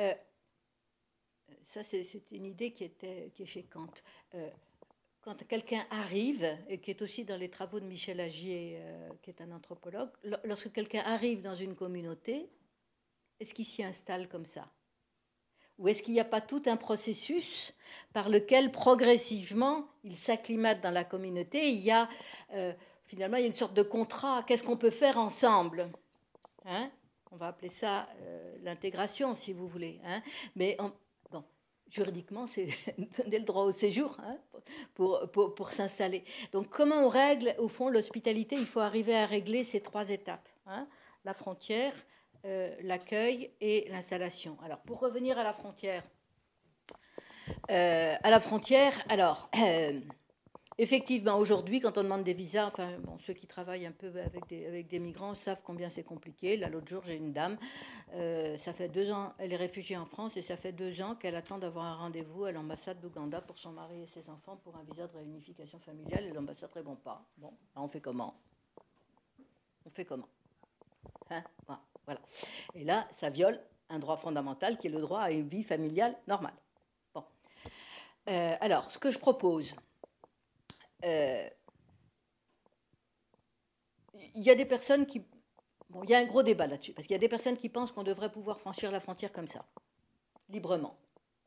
ça c'est une idée qui est chez Kant. Quand quelqu'un arrive, et qui est aussi dans les travaux de Michel Agier, qui est un anthropologue, lorsque quelqu'un arrive dans une communauté, est-ce qu'il s'y installe comme ça ? Ou est-ce qu'il n'y a pas tout un processus par lequel, progressivement, il s'acclimate dans la communauté? Finalement, il y a une sorte de contrat. Qu'est-ce qu'on peut faire ensemble, hein? On va appeler ça l'intégration, si vous voulez. Hein? Mais juridiquement, c'est donner le droit au séjour, hein, pour s'installer. Donc, comment on règle, au fond, l'hospitalité? Il faut arriver à régler ces 3 étapes. Hein? La frontière, l'accueil et l'installation. Alors, pour revenir à la frontière, effectivement, aujourd'hui, quand on demande des visas, enfin, bon, ceux qui travaillent un peu avec des migrants savent combien c'est compliqué. Là, l'autre jour, j'ai une dame, ça fait 2 ans, elle est réfugiée en France, et ça fait 2 ans qu'elle attend d'avoir un rendez-vous à l'ambassade d'Ouganda pour son mari et ses enfants pour un visa de réunification familiale, et l'ambassade ne répond pas. Bon, là, on fait comment? Hein, voilà. Et là, ça viole un droit fondamental qui est le droit à une vie familiale normale. Bon. Alors, ce que je propose, il y a des personnes qui... Bon, il y a un gros débat là-dessus, parce qu'il y a des personnes qui pensent qu'on devrait pouvoir franchir la frontière comme ça, librement.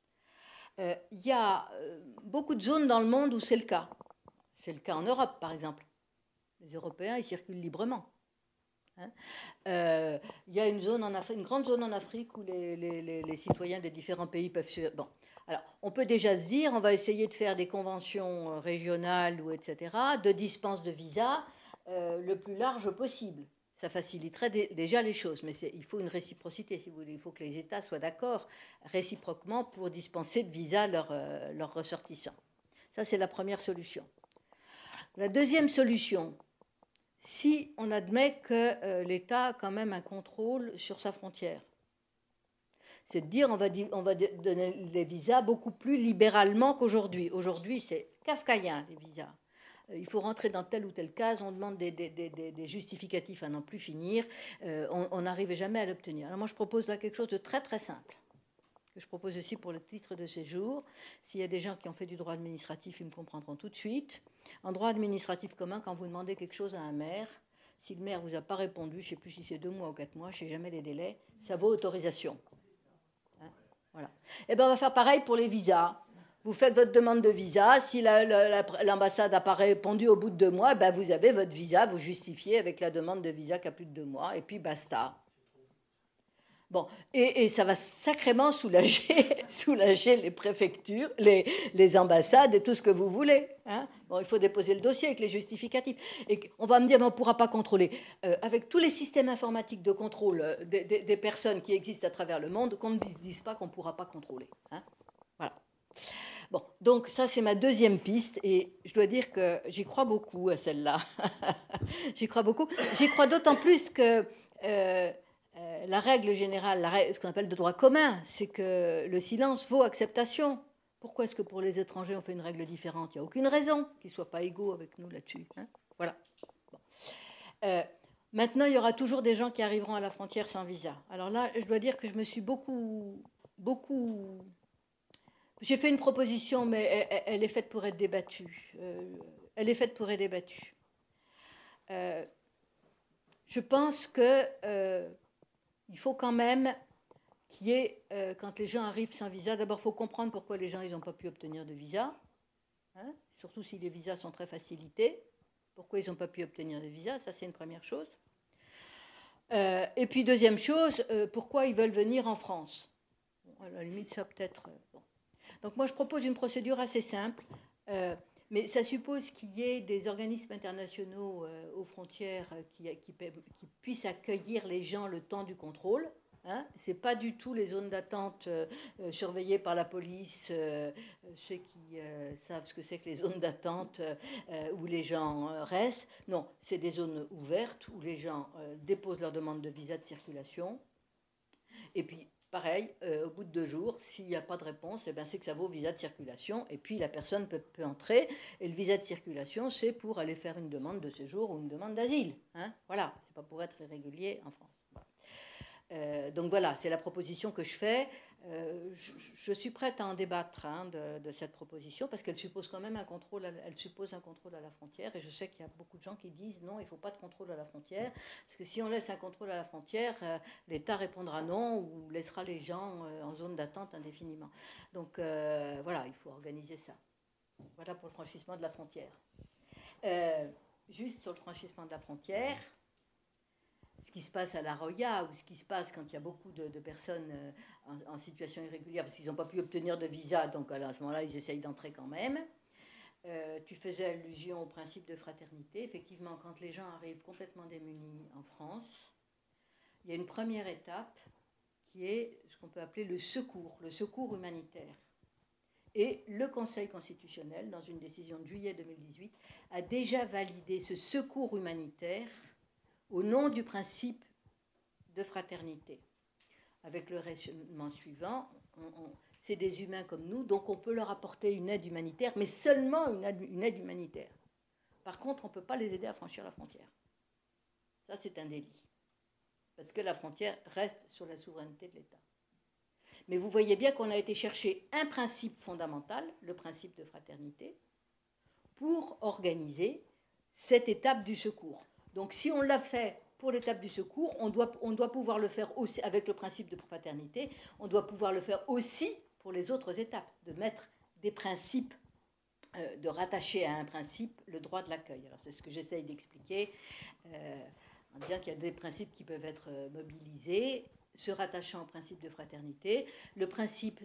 Il y a beaucoup de zones dans le monde où c'est le cas. C'est le cas en Europe, par exemple. Les Européens, ils circulent librement. Hein. Il y a une grande zone en Afrique où les citoyens des différents pays peuvent se... Bon. Alors, on peut déjà se dire, on va essayer de faire des conventions régionales ou etc., de dispense de visa le plus large possible. Ça faciliterait déjà les choses, mais il faut une réciprocité, si vous voulez. Il faut que les États soient d'accord réciproquement pour dispenser de visa leurs ressortissants. Ça, c'est la première solution. La deuxième solution, si on admet que l'État a quand même un contrôle sur sa frontière, c'est de dire on va donner les visas beaucoup plus libéralement qu'aujourd'hui. Aujourd'hui, c'est kafkaïen, les visas. Il faut rentrer dans telle ou telle case, on demande des justificatifs à n'en plus finir, on n'arrive jamais à l'obtenir. Alors moi, je propose là quelque chose de très très simple, que je propose aussi pour le titre de séjour. S'il y a des gens qui ont fait du droit administratif, ils me comprendront tout de suite. En droit administratif commun, quand vous demandez quelque chose à un maire, si le maire ne vous a pas répondu, je ne sais plus si c'est 2 mois ou 4 mois, je ne sais jamais les délais, ça vaut autorisation. Hein, voilà. Et bien on va faire pareil pour les visas. Vous faites votre demande de visa, si l'ambassade n'a pas répondu au bout de 2 mois, ben vous avez votre visa, vous justifiez avec la demande de visa qui a plus de 2 mois, et puis basta. Bon, et ça va sacrément soulager les préfectures, les ambassades et tout ce que vous voulez. Hein. Bon, il faut déposer le dossier avec les justificatifs. Et on va me dire, mais on ne pourra pas contrôler. Avec tous les systèmes informatiques de contrôle des personnes qui existent à travers le monde, qu'on ne dise pas qu'on ne pourra pas contrôler. Hein. Voilà. Bon, donc ça c'est ma deuxième piste et je dois dire que j'y crois beaucoup à celle-là. J'y crois beaucoup. J'y crois d'autant plus que la règle générale, ce qu'on appelle de droit commun, c'est que le silence vaut acceptation. Pourquoi est-ce que pour les étrangers on fait une règle différente? Il n'y a aucune raison qu'ils ne soient pas égaux avec nous là-dessus. Hein. Voilà. Bon. Maintenant, il y aura toujours des gens qui arriveront à la frontière sans visa. Alors là, je dois dire que je me suis beaucoup... J'ai fait une proposition, mais elle est faite pour être débattue. Elle est faite pour être débattue. Je pense qu'il faut quand même qu'il y ait, quand les gens arrivent sans visa, d'abord, il faut comprendre pourquoi les gens n'ont pas pu obtenir de visa, hein, surtout si les visas sont très facilités. Pourquoi ils n'ont pas pu obtenir de visa, ça c'est une première chose. Et puis deuxième chose, pourquoi ils veulent venir en France. Bon, à la limite, ça peut-être... bon. Donc moi, je propose une procédure assez simple, mais ça suppose qu'il y ait des organismes internationaux aux frontières qui puissent accueillir les gens le temps du contrôle. Hein. Ce n'est pas du tout les zones d'attente surveillées par la police, ceux qui savent ce que c'est que les zones d'attente où les gens restent. Non, c'est des zones ouvertes où les gens déposent leur demande de visa de circulation. Et puis, pareil, au bout de 2 jours, s'il n'y a pas de réponse, eh ben, c'est que ça vaut visa de circulation, et puis la personne peut entrer, et le visa de circulation, c'est pour aller faire une demande de séjour ou une demande d'asile. Hein. Voilà, c'est pas pour être irrégulier en France. Donc voilà, c'est la proposition que je fais. Je suis prête à en débattre de cette proposition parce qu'elle suppose quand même un contrôle. Elle suppose un contrôle à la frontière et je sais qu'il y a beaucoup de gens qui disent non, il ne faut pas de contrôle à la frontière parce que si on laisse un contrôle à la frontière, l'État répondra non ou laissera les gens en zone d'attente indéfiniment. Donc voilà, il faut organiser ça. Voilà pour le franchissement de la frontière. Juste sur le franchissement de la frontière. Ce qui se passe à La Roya ou ce qui se passe quand il y a beaucoup de personnes en situation irrégulière parce qu'ils n'ont pas pu obtenir de visa, donc à ce moment-là, ils essayent d'entrer quand même. Tu faisais allusion au principe de fraternité. Effectivement, quand les gens arrivent complètement démunis en France, il y a une première étape qui est ce qu'on peut appeler le secours humanitaire. Et le Conseil constitutionnel, dans une décision de juillet 2018, a déjà validé ce secours humanitaire au nom du principe de fraternité. Avec le raisonnement suivant, c'est des humains comme nous, donc on peut leur apporter une aide humanitaire, mais seulement une aide humanitaire. Par contre, on ne peut pas les aider à franchir la frontière. Ça, c'est un délit. Parce que la frontière reste sur la souveraineté de l'État. Mais vous voyez bien qu'on a été chercher un principe fondamental, le principe de fraternité, pour organiser cette étape du secours. Donc si on l'a fait pour l'étape du secours, on doit pouvoir le faire aussi avec le principe de fraternité, on doit pouvoir le faire aussi pour les autres étapes, de mettre des principes, de rattacher à un principe le droit de l'accueil. Alors c'est ce que j'essaye d'expliquer, en disant qu'il y a des principes qui peuvent être mobilisés, se rattachant au principe de fraternité, le principe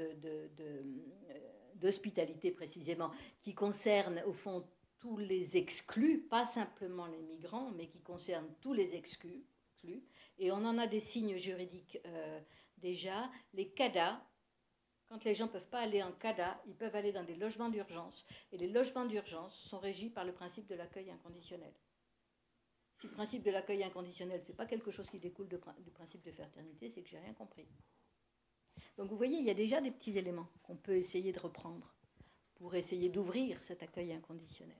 d'hospitalité précisément, qui concerne au fond tous les exclus, pas simplement les migrants, mais qui concerne tous les exclus. Et on en a des signes juridiques déjà. Les CADA, quand les gens ne peuvent pas aller en CADA, ils peuvent aller dans des logements d'urgence. Et les logements d'urgence sont régis par le principe de l'accueil inconditionnel. Si le principe de l'accueil inconditionnel, ce n'est pas quelque chose qui découle du principe de fraternité, c'est que je n'ai rien compris. Donc vous voyez, il y a déjà des petits éléments qu'on peut essayer de reprendre pour essayer d'ouvrir cet accueil inconditionnel.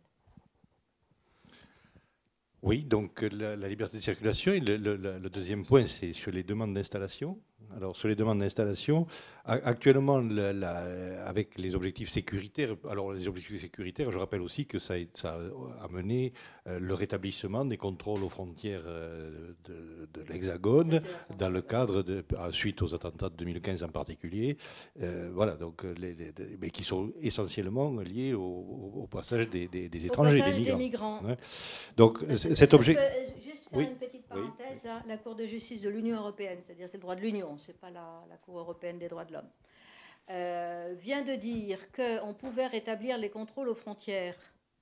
Oui, donc la liberté de circulation. Et le deuxième point, c'est sur les demandes d'installation. Alors, sur les demandes d'installation, actuellement, avec les objectifs sécuritaires, alors les objectifs sécuritaires, je rappelle aussi que ça a amené le rétablissement des contrôles aux frontières de l'Hexagone, dans le cadre suite aux attentats de 2015 en particulier, voilà, donc, mais qui sont essentiellement liés au passage des étrangers, des migrants. Ouais. Donc, cet objet... Juste faire une petite parenthèse, oui. Là, la Cour de justice de l'Union européenne, c'est-à-dire c'est le droit de l'Union, c'est pas la Cour européenne des droits de l'homme, vient de dire qu'on pouvait rétablir les contrôles aux frontières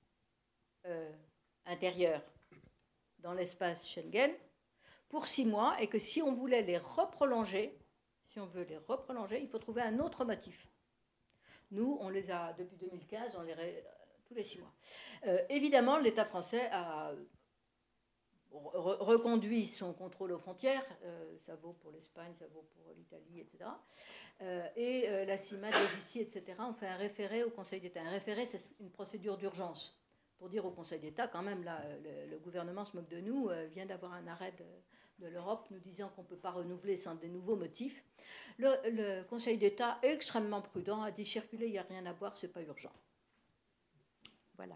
intérieures dans l'espace Schengen pour 6 mois et que si on voulait les reprolonger, il faut trouver un autre motif. Nous, on les a, depuis 2015, tous les 6 mois. Évidemment, l'État français a reconduit son contrôle aux frontières, ça vaut pour l'Espagne, ça vaut pour l'Italie, etc. Et la CIMAD, l'OGICI, etc. ont fait un référé au Conseil d'État. Un référé, c'est une procédure d'urgence. Pour dire au Conseil d'État, quand même, là, le gouvernement se moque de nous, vient d'avoir un arrêt de l'Europe nous disant qu'on ne peut pas renouveler sans des nouveaux motifs. Le Conseil d'État, extrêmement prudent, a dit circuler, il n'y a rien à voir, ce n'est pas urgent. Voilà.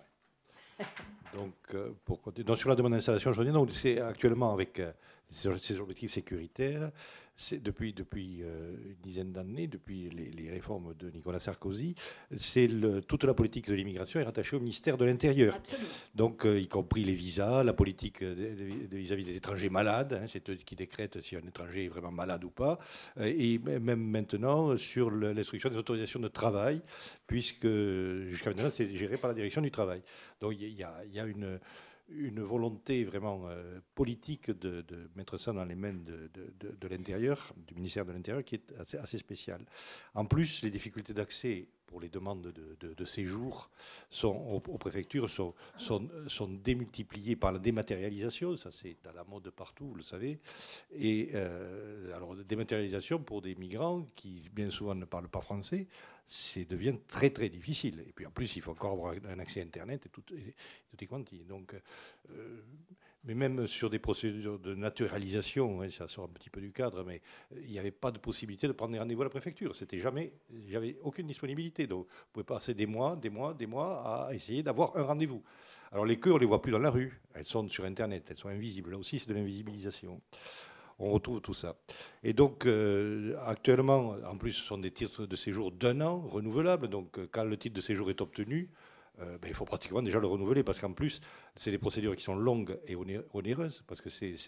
Donc, sur la demande d'installation, je reviens. C'est actuellement avec ces objectifs sécuritaires, depuis une dizaine d'années, depuis les réformes de Nicolas Sarkozy, toute la politique de l'immigration est rattachée au ministère de l'Intérieur. Absolument. Donc, y compris les visas, la politique vis-à-vis des étrangers malades, c'est eux qui décrètent si un étranger est vraiment malade ou pas, et même maintenant sur l'instruction des autorisations de travail, puisque jusqu'à maintenant c'est géré par la direction du travail. Donc il y a une volonté vraiment politique de mettre ça dans les mains de l'Intérieur, du ministère de l'Intérieur, qui est assez spéciale. En plus, les difficultés d'accès pour les demandes de séjour aux préfectures sont démultipliées par la dématérialisation. Ça, c'est à la mode partout, vous le savez. Et alors, dématérialisation pour des migrants qui, bien souvent, ne parlent pas français, ça devient très, très difficile. Et puis, en plus, il faut encore avoir un accès à Internet et tout est quanti. Donc, mais même sur des procédures de naturalisation, ça sort un petit peu du cadre, mais il n'y avait pas de possibilité de prendre des rendez-vous à la préfecture. J'avais aucune disponibilité. Donc, vous pouvez passer des mois à essayer d'avoir un rendez-vous. Alors, les queues, on ne les voit plus dans la rue. Elles sont sur Internet, elles sont invisibles. Là aussi, c'est de l'invisibilisation. On retrouve tout ça. Et donc, actuellement, en plus, ce sont des titres de séjour d'1 an, renouvelables. Donc, quand le titre de séjour est obtenu, il faut pratiquement déjà le renouveler, parce qu'en plus, c'est des procédures qui sont longues et onéreuses, parce que c'est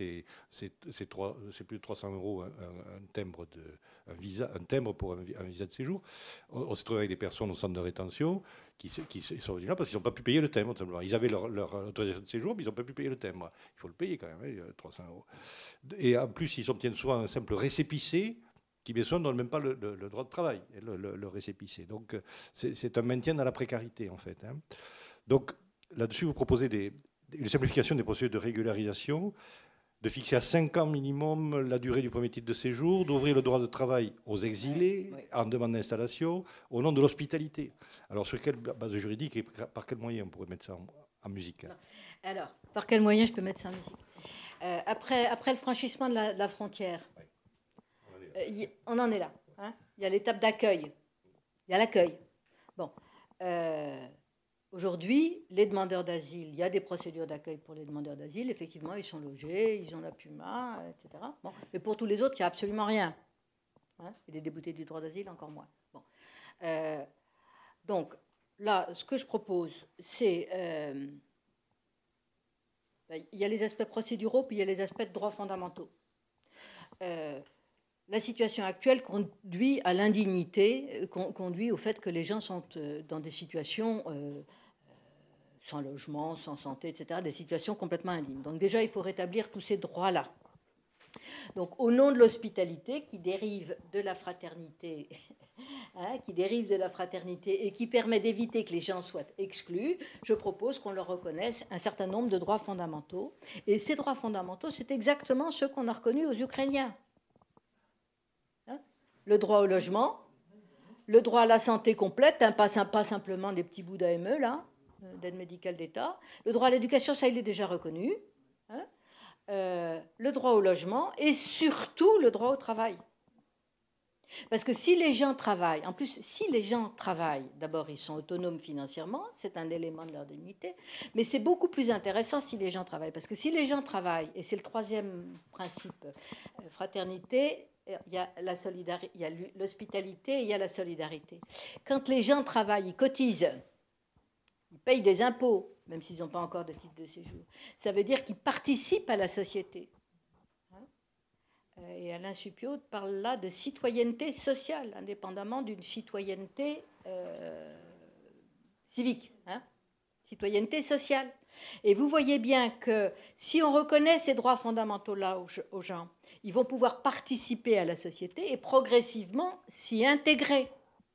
plus de 300 € un timbre pour un visa de séjour. On se trouve avec des personnes au centre de rétention qui sont venues là parce qu'ils n'ont pas pu payer le timbre, simplement. Ils avaient leur autorisation de séjour, mais ils n'ont pas pu payer le timbre. Il faut le payer quand même, 300 €. Et en plus, ils obtiennent souvent un simple récépissé, qui bien souvent ne donne même pas le droit de travail, le récépissé. Donc c'est un maintien dans la précarité, en fait. Donc là-dessus, vous proposez une simplification des procédures de régularisation, de fixer à 5 ans minimum la durée du premier titre de séjour, d'ouvrir le droit de travail aux exilés en demande d'installation, au nom de l'hospitalité. Alors sur quelle base juridique et par quel moyen on pourrait mettre ça en musique? Alors, par quel moyen je peux mettre ça en musique? Après le franchissement de la frontière, on en est là. Il y a l'étape d'accueil. Il y a l'accueil. Bon. Aujourd'hui, les demandeurs d'asile, il y a des procédures d'accueil pour les demandeurs d'asile. Effectivement, ils sont logés, ils ont la PUMA, etc. Bon. Mais pour tous les autres, il n'y a absolument rien. Hein, et les déboutés du droit d'asile, encore moins. Bon. Donc, là, ce que je propose, c'est... il y a les aspects procéduraux, puis il y a les aspects de droits fondamentaux. La situation actuelle conduit à l'indignité, conduit au fait que les gens sont dans des situations sans logement, sans santé, etc., des situations complètement indignes. Donc déjà, il faut rétablir tous ces droits-là. Donc au nom de l'hospitalité qui dérive de la fraternité, et qui permet d'éviter que les gens soient exclus, je propose qu'on leur reconnaisse un certain nombre de droits fondamentaux. Et ces droits fondamentaux, c'est exactement ceux qu'on a reconnus aux Ukrainiens. Le droit au logement, le droit à la santé complète, pas simplement des petits bouts d'AME, là, d'aide médicale d'État. Le droit à l'éducation, ça, il est déjà reconnu. Le droit au logement et surtout le droit au travail. Parce que si les gens travaillent, en plus, si les gens travaillent, d'abord, ils sont autonomes financièrement, c'est un élément de leur dignité, mais c'est beaucoup plus intéressant si les gens travaillent. Parce que si les gens travaillent, et c'est le troisième principe, fraternité, il y a la solidarité, il y a l'hospitalité et il y a la solidarité. Quand les gens travaillent, ils cotisent, ils payent des impôts, même s'ils n'ont pas encore de titre de séjour. Ça veut dire qu'ils participent à la société. Et Alain Supiot parle là de citoyenneté sociale, indépendamment d'une citoyenneté civique, citoyenneté sociale. Et vous voyez bien que si on reconnaît ces droits fondamentaux-là aux gens, ils vont pouvoir participer à la société et progressivement s'y intégrer.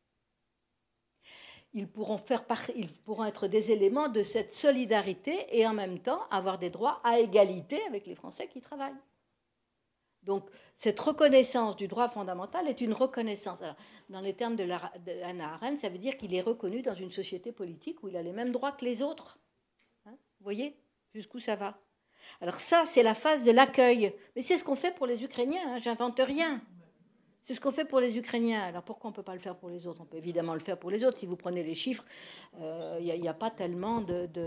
Ils pourront être des éléments de cette solidarité et en même temps avoir des droits à égalité avec les Français qui travaillent. Donc, cette reconnaissance du droit fondamental est une reconnaissance. Alors, dans les termes de Hannah Arendt, ça veut dire qu'il est reconnu dans une société politique où il a les mêmes droits que les autres. Vous voyez jusqu'où ça va? Alors ça, c'est la phase de l'accueil. Mais c'est ce qu'on fait pour les Ukrainiens, j'invente rien. C'est ce qu'on fait pour les Ukrainiens. Alors pourquoi on ne peut pas le faire pour les autres? On peut évidemment le faire pour les autres. Si vous prenez les chiffres, il n'y a pas tellement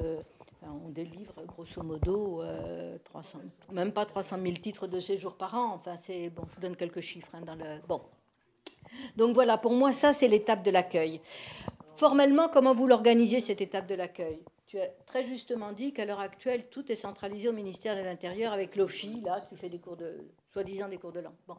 on délivre grosso modo 300, même pas 300 000 titres de séjour par an. Enfin, c'est bon. Je vous donne quelques chiffres bon. Donc voilà, pour moi, ça c'est l'étape de l'accueil. Formellement, comment vous l'organisez cette étape de l'accueil? Tu as très justement dit qu'à l'heure actuelle, tout est centralisé au ministère de l'Intérieur avec l'OFI, là, qui fait soi-disant des cours de langue. Bon.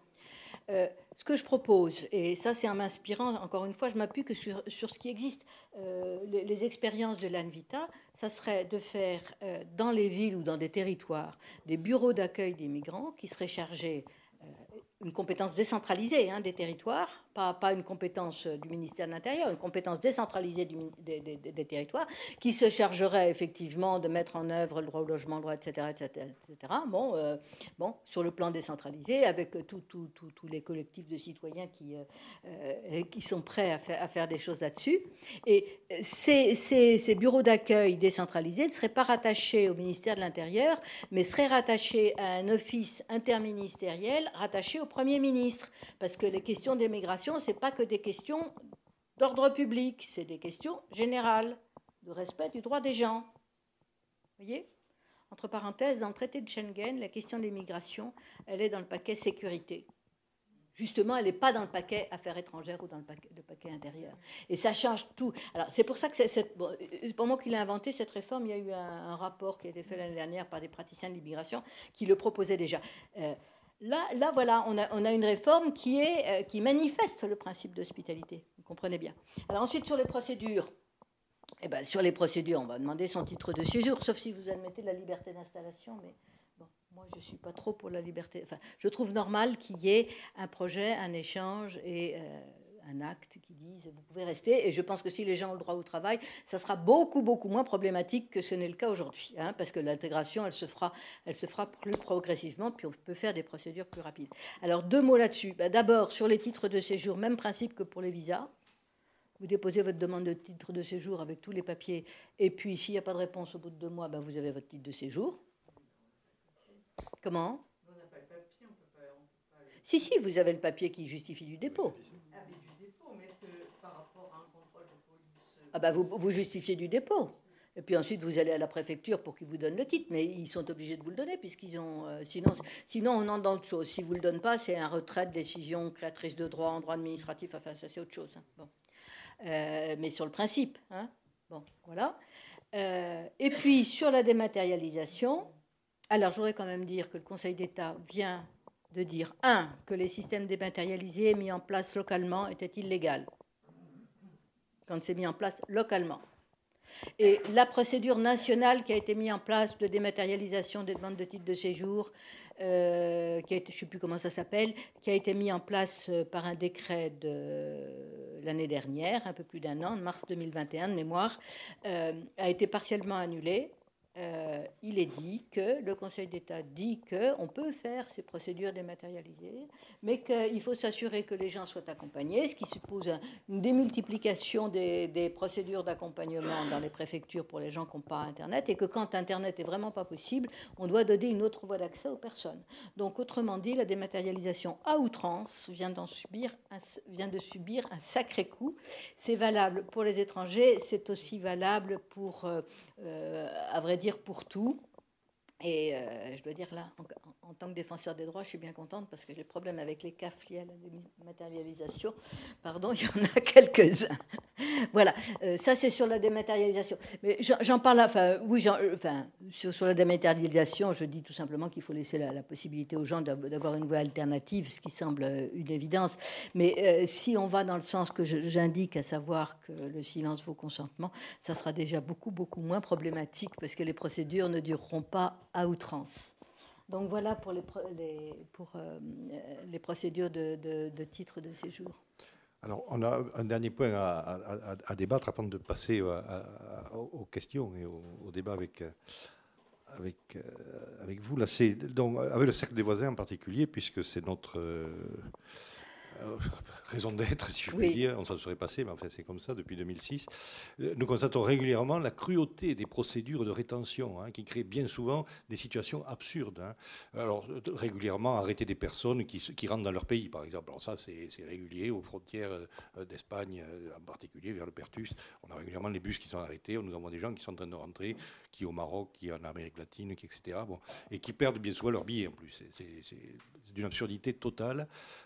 Ce que je propose, et ça c'est en m'inspirant, encore une fois, je m'appuie que sur ce qui existe, les expériences de l'ANVITA, ça serait de faire dans les villes ou dans des territoires des bureaux d'accueil des migrants qui seraient chargés une compétence décentralisée des territoires, pas une compétence du ministère de l'Intérieur, une compétence décentralisée des territoires, qui se chargerait effectivement de mettre en œuvre le droit au logement, le droit, etc., etc., etc. Bon, sur le plan décentralisé, avec tous les collectifs de citoyens qui sont prêts à faire des choses là-dessus. Et ces bureaux d'accueil décentralisés ne seraient pas rattachés au ministère de l'Intérieur, mais seraient rattachés à un office interministériel rattaché au Premier ministre, parce que les questions d'immigration, ce n'est pas que des questions d'ordre public, c'est des questions générales, de respect du droit des gens. Vous voyez ? Entre parenthèses, dans le traité de Schengen, la question de l'immigration, elle est dans le paquet sécurité. Justement, elle n'est pas dans le paquet affaires étrangères ou dans le paquet intérieur. Et ça change tout. Alors, c'est pour ça que c'est pendant qu'il a inventé cette réforme, il y a eu un rapport qui a été fait l'année dernière par des praticiens de l'immigration qui le proposait déjà. Là, voilà, on a une réforme qui manifeste le principe d'hospitalité. Vous comprenez bien. Alors ensuite, sur les procédures. Sur les procédures, on va demander son titre de séjour, sauf si vous admettez la liberté d'installation, mais bon, moi je ne suis pas trop pour la liberté. Enfin, je trouve normal qu'il y ait un projet, un échange et un acte qui disent vous pouvez rester. Et je pense que si les gens ont le droit au travail, ça sera beaucoup, beaucoup moins problématique que ce n'est le cas aujourd'hui, parce que l'intégration, elle se fera plus progressivement, puis on peut faire des procédures plus rapides. Alors, 2 mots là-dessus. D'abord, sur les titres de séjour, même principe que pour les visas. Vous déposez votre demande de titre de séjour avec tous les papiers, et puis s'il n'y a pas de réponse au bout de 2 mois, vous avez votre titre de séjour. Comment ? On n'a pas le papier, on peut pas... Si, vous avez le papier qui justifie du dépôt. Du dépôt, mais est-ce que par rapport à un contrôle de police Ah ben vous justifiez du dépôt. Et puis ensuite, vous allez à la préfecture pour qu'ils vous donnent le titre. Mais ils sont obligés de vous le donner, puisqu'ils ont... sinon, on entre dans autre chose. S'ils ne vous le donnent pas, c'est un retrait de décision créatrice de droit en droit administratif. Enfin, ça, c'est autre chose. Hein. Bon. Mais sur le principe. Hein. Bon, voilà. Et puis, sur la dématérialisation, alors, je voudrais quand même dire que le Conseil d'État vient de dire, que les systèmes dématérialisés mis en place localement étaient illégaux. Quand c'est mis en place localement. Et la procédure nationale qui a été mise en place de dématérialisation des demandes de titres de séjour, qui a été, je ne sais plus comment ça s'appelle, qui a été mise en place par un décret de l'année dernière, un peu plus d'un an, mars 2021 de mémoire, a été partiellement annulée. Il est dit que le Conseil d'État dit qu'on peut faire ces procédures dématérialisées, mais qu'il faut s'assurer que les gens soient accompagnés, ce qui suppose une démultiplication des procédures d'accompagnement dans les préfectures pour les gens qui n'ont pas Internet, et que quand Internet n'est vraiment pas possible, on doit donner une autre voie d'accès aux personnes. Donc, autrement dit, la dématérialisation à outrance vient de subir un sacré coup. C'est valable pour les étrangers, c'est aussi valable pour... à vrai dire, pour tout. Et je dois dire là, en tant que défenseur des droits, je suis bien contente parce que j'ai problème avec les cas liés à la dématérialisation. Pardon, il y en a quelques-uns. Voilà, ça c'est sur la dématérialisation. Mais j'en parle, sur la dématérialisation, je dis tout simplement qu'il faut laisser la possibilité aux gens d'avoir une voie alternative, ce qui semble une évidence. Mais si on va dans le sens que j'indique, à savoir que le silence vaut consentement, ça sera déjà beaucoup, beaucoup moins problématique parce que les procédures ne dureront pas à outrance. Donc voilà pour les procédures de titre de séjour. Alors, on a un dernier point à débattre avant de passer aux questions et au débat avec vous. Là, c'est donc avec le cercle des voisins en particulier, puisque c'est notre raison d'être, si je puis dire. On s'en serait passé, mais enfin, c'est comme ça depuis 2006. Nous constatons régulièrement la cruauté des procédures de rétention, qui créent bien souvent des situations absurdes. Alors, régulièrement, arrêter des personnes qui rentrent dans leur pays, par exemple. Alors ça, c'est régulier, aux frontières d'Espagne, en particulier, vers le Pertus. On a régulièrement les bus qui sont arrêtés. On nous envoie des gens qui sont en train de rentrer, qui au Maroc, qui en Amérique latine, etc. Bon, et qui perdent bien souvent leur billet, en plus. C'est d'une absurdité totale.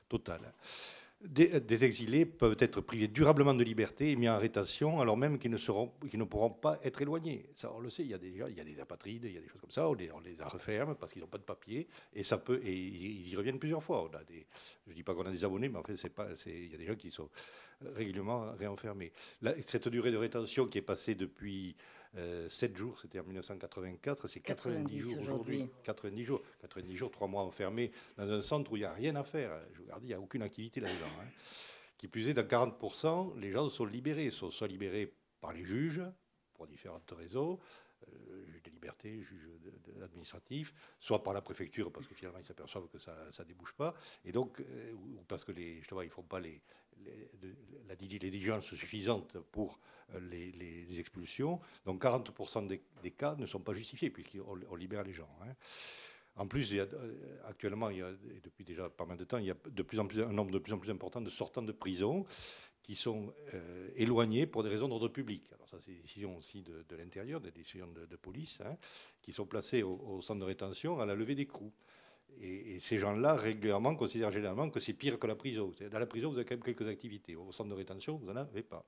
Des exilés peuvent être privés durablement de liberté et mis en rétention, alors même qu'ils ne pourront pas être éloignés. Ça, on le sait, il y a des apatrides, il y a des choses comme ça, on les referme parce qu'ils n'ont pas de papier, et ils y reviennent plusieurs fois. Je ne dis pas qu'on a des abonnés, mais en fait, il y a des gens qui sont régulièrement réenfermés. Cette durée de rétention qui est passée depuis 7 jours, c'était en 1984, c'est 90 jours aujourd'hui. 90 jours, 3 mois enfermés dans un centre où il n'y a rien à faire. Je vous dis, il n'y a aucune activité là-dedans. Qui plus est, dans 40%, les gens sont libérés. Sont soit libérés par les juges, pour différentes raisons, juge de liberté, juge administratif, soit par la préfecture, parce que finalement, ils s'aperçoivent que ça ne débouche pas, et donc, ou parce que justement, ils ne font pas la diligence suffisante pour les expulsions. Donc 40% des cas ne sont pas justifiés, puisqu'on libère les gens. En plus, actuellement, et depuis déjà pas mal de temps, il y a un nombre de plus en plus important de sortants de prison qui sont éloignés pour des raisons d'ordre public. Alors ça, c'est des décisions aussi de l'intérieur, des décisions de police, qui sont placés au centre de rétention à la levée d'écrou. Et ces gens-là, régulièrement, considèrent généralement que c'est pire que la prison. Dans la prison, vous avez quand même quelques activités. Au centre de rétention, vous n'en avez pas.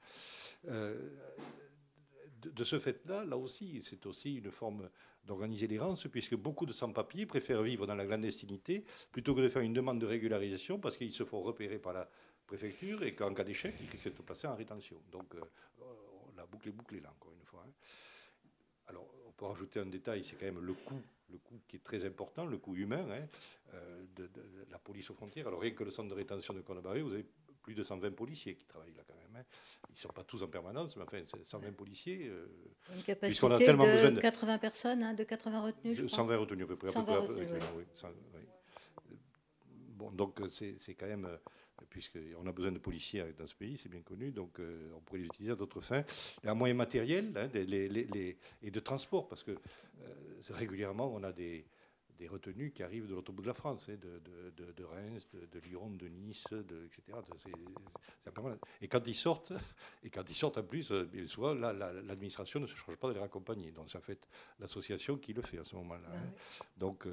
De ce fait-là, là aussi, c'est aussi une forme d'organiser l'errance, puisque beaucoup de sans-papiers préfèrent vivre dans la clandestinité plutôt que de faire une demande de régularisation, parce qu'ils se font repérer par la préfecture et qu'en cas d'échec, ils risquent de passer en rétention. Donc, la boucle est bouclée, là, encore une fois. Alors, on peut rajouter un détail, c'est quand même le coût qui est très important, le coût humain de la police aux frontières. Alors, rien que le centre de rétention de Cornabarré, vous avez plus de 120 policiers qui travaillent là quand même. Ils ne sont pas tous en permanence, mais enfin, 120 policiers. Une capacité a tellement de 80 personnes, de 80 retenues, je crois. 120 retenues à peu près. 120 retenues, oui. Bon, donc c'est quand même, puisqu'on a besoin de policiers dans ce pays, c'est bien connu, donc on pourrait les utiliser à d'autres fins. Et un moyen matériel et de transport, parce que régulièrement, on a des des retenues qui arrivent de l'autre bout de la France, hein, de Reims, de Lyon, de Nice, etc. C'est permanent. Et quand ils sortent en plus, bien souvent, l'administration ne se change pas de les raccompagner. Donc c'est en fait l'association qui le fait à ce moment-là. Hein. Donc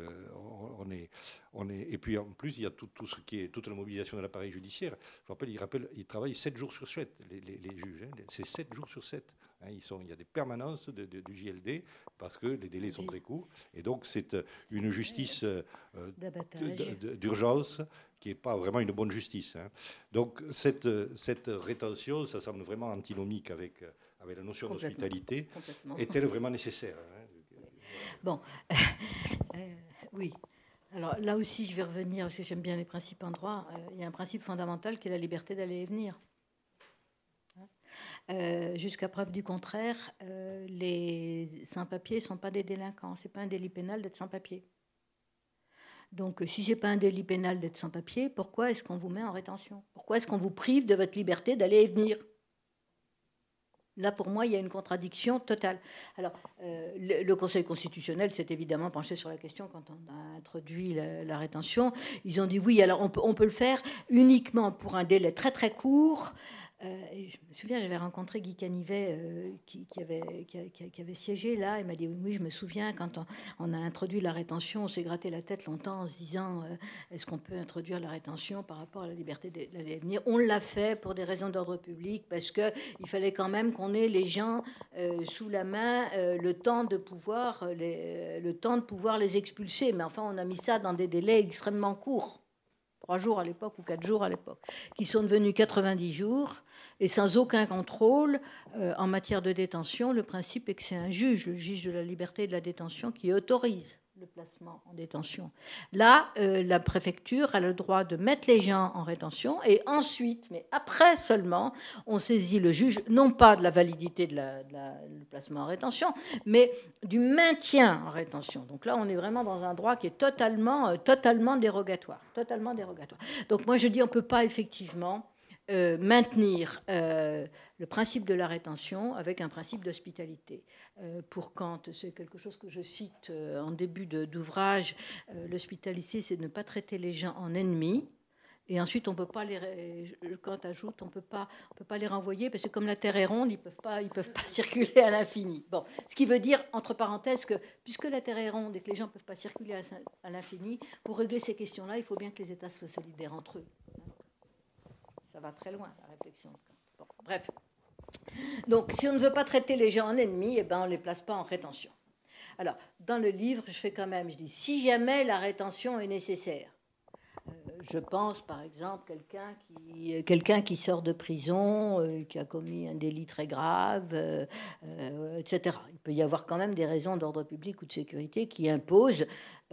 et puis en plus, il y a tout ce qui est toute la mobilisation de l'appareil judiciaire. Je me rappelle, ils travaillent 7 jours sur 7, les juges. Hein. C'est 7 jours sur 7. Hein, il y a des permanences du JLD parce que les délais sont très courts. Et donc, c'est une justice d'urgence qui n'est pas vraiment une bonne justice. Hein. Donc, cette rétention, ça semble vraiment antinomique avec la notion d'hospitalité. Est-elle vraiment nécessaire? Hein? Bon, oui. Alors là aussi, je vais revenir, parce que j'aime bien les principes en droit. Il y a un principe fondamental qui est la liberté d'aller et venir. Jusqu'à preuve du contraire, les sans-papiers ne sont pas des délinquants. Ce n'est pas un délit pénal d'être sans-papier. Donc, si ce n'est pas un délit pénal d'être sans-papier, pourquoi est-ce qu'on vous met en rétention? Pourquoi est-ce qu'on vous prive de votre liberté d'aller et venir? Là, pour moi, il y a une contradiction totale. Alors, le Conseil constitutionnel s'est évidemment penché sur la question quand on a introduit la rétention. Ils ont dit oui, alors on peut le faire uniquement pour un délai très très court. Et je me souviens, j'avais rencontré Guy Canivet qui avait siégé là. Il m'a dit oui, je me souviens quand on a introduit la rétention, on s'est gratté la tête longtemps en se disant est-ce qu'on peut introduire la rétention par rapport à la liberté d'aller et venir? On l'a fait pour des raisons d'ordre public parce que il fallait quand même qu'on ait les gens sous la main le temps de pouvoir les expulser. Mais enfin, on a mis ça dans des délais extrêmement courts. 3 jours à l'époque ou 4 jours à l'époque, qui sont devenus 90 jours, et sans aucun contrôle en matière de détention. Le principe est que c'est un juge, le juge de la liberté et de la détention, qui autorise le placement en détention. Là, la préfecture a le droit de mettre les gens en rétention, et ensuite, mais après seulement, on saisit le juge, non pas de la validité du placement en rétention, mais du maintien en rétention. Donc là, on est vraiment dans un droit qui est totalement dérogatoire. Totalement dérogatoire. Donc moi, je dis, on ne peut pas effectivement maintenir le principe de la rétention avec un principe d'hospitalité. Pour Kant, c'est quelque chose que je cite en début d'ouvrage, l'hospitalité, c'est de ne pas traiter les gens en ennemis. Et ensuite, on peut pas Kant ajoute, on peut pas les renvoyer parce que comme la Terre est ronde, ils peuvent pas circuler à l'infini. Bon, ce qui veut dire entre parenthèses que puisque la Terre est ronde et que les gens peuvent pas circuler à l'infini, pour régler ces questions-là, il faut bien que les États soient solidaires entre eux. Ça va très loin, la réflexion. Bon, bref. Donc, si on ne veut pas traiter les gens en ennemis, eh ben, on ne les place pas en rétention. Alors, dans le livre, je dis, si jamais la rétention est nécessaire, je pense, par exemple, quelqu'un qui sort de prison, qui a commis un délit très grave, etc. Il peut y avoir quand même des raisons d'ordre public ou de sécurité qui imposent...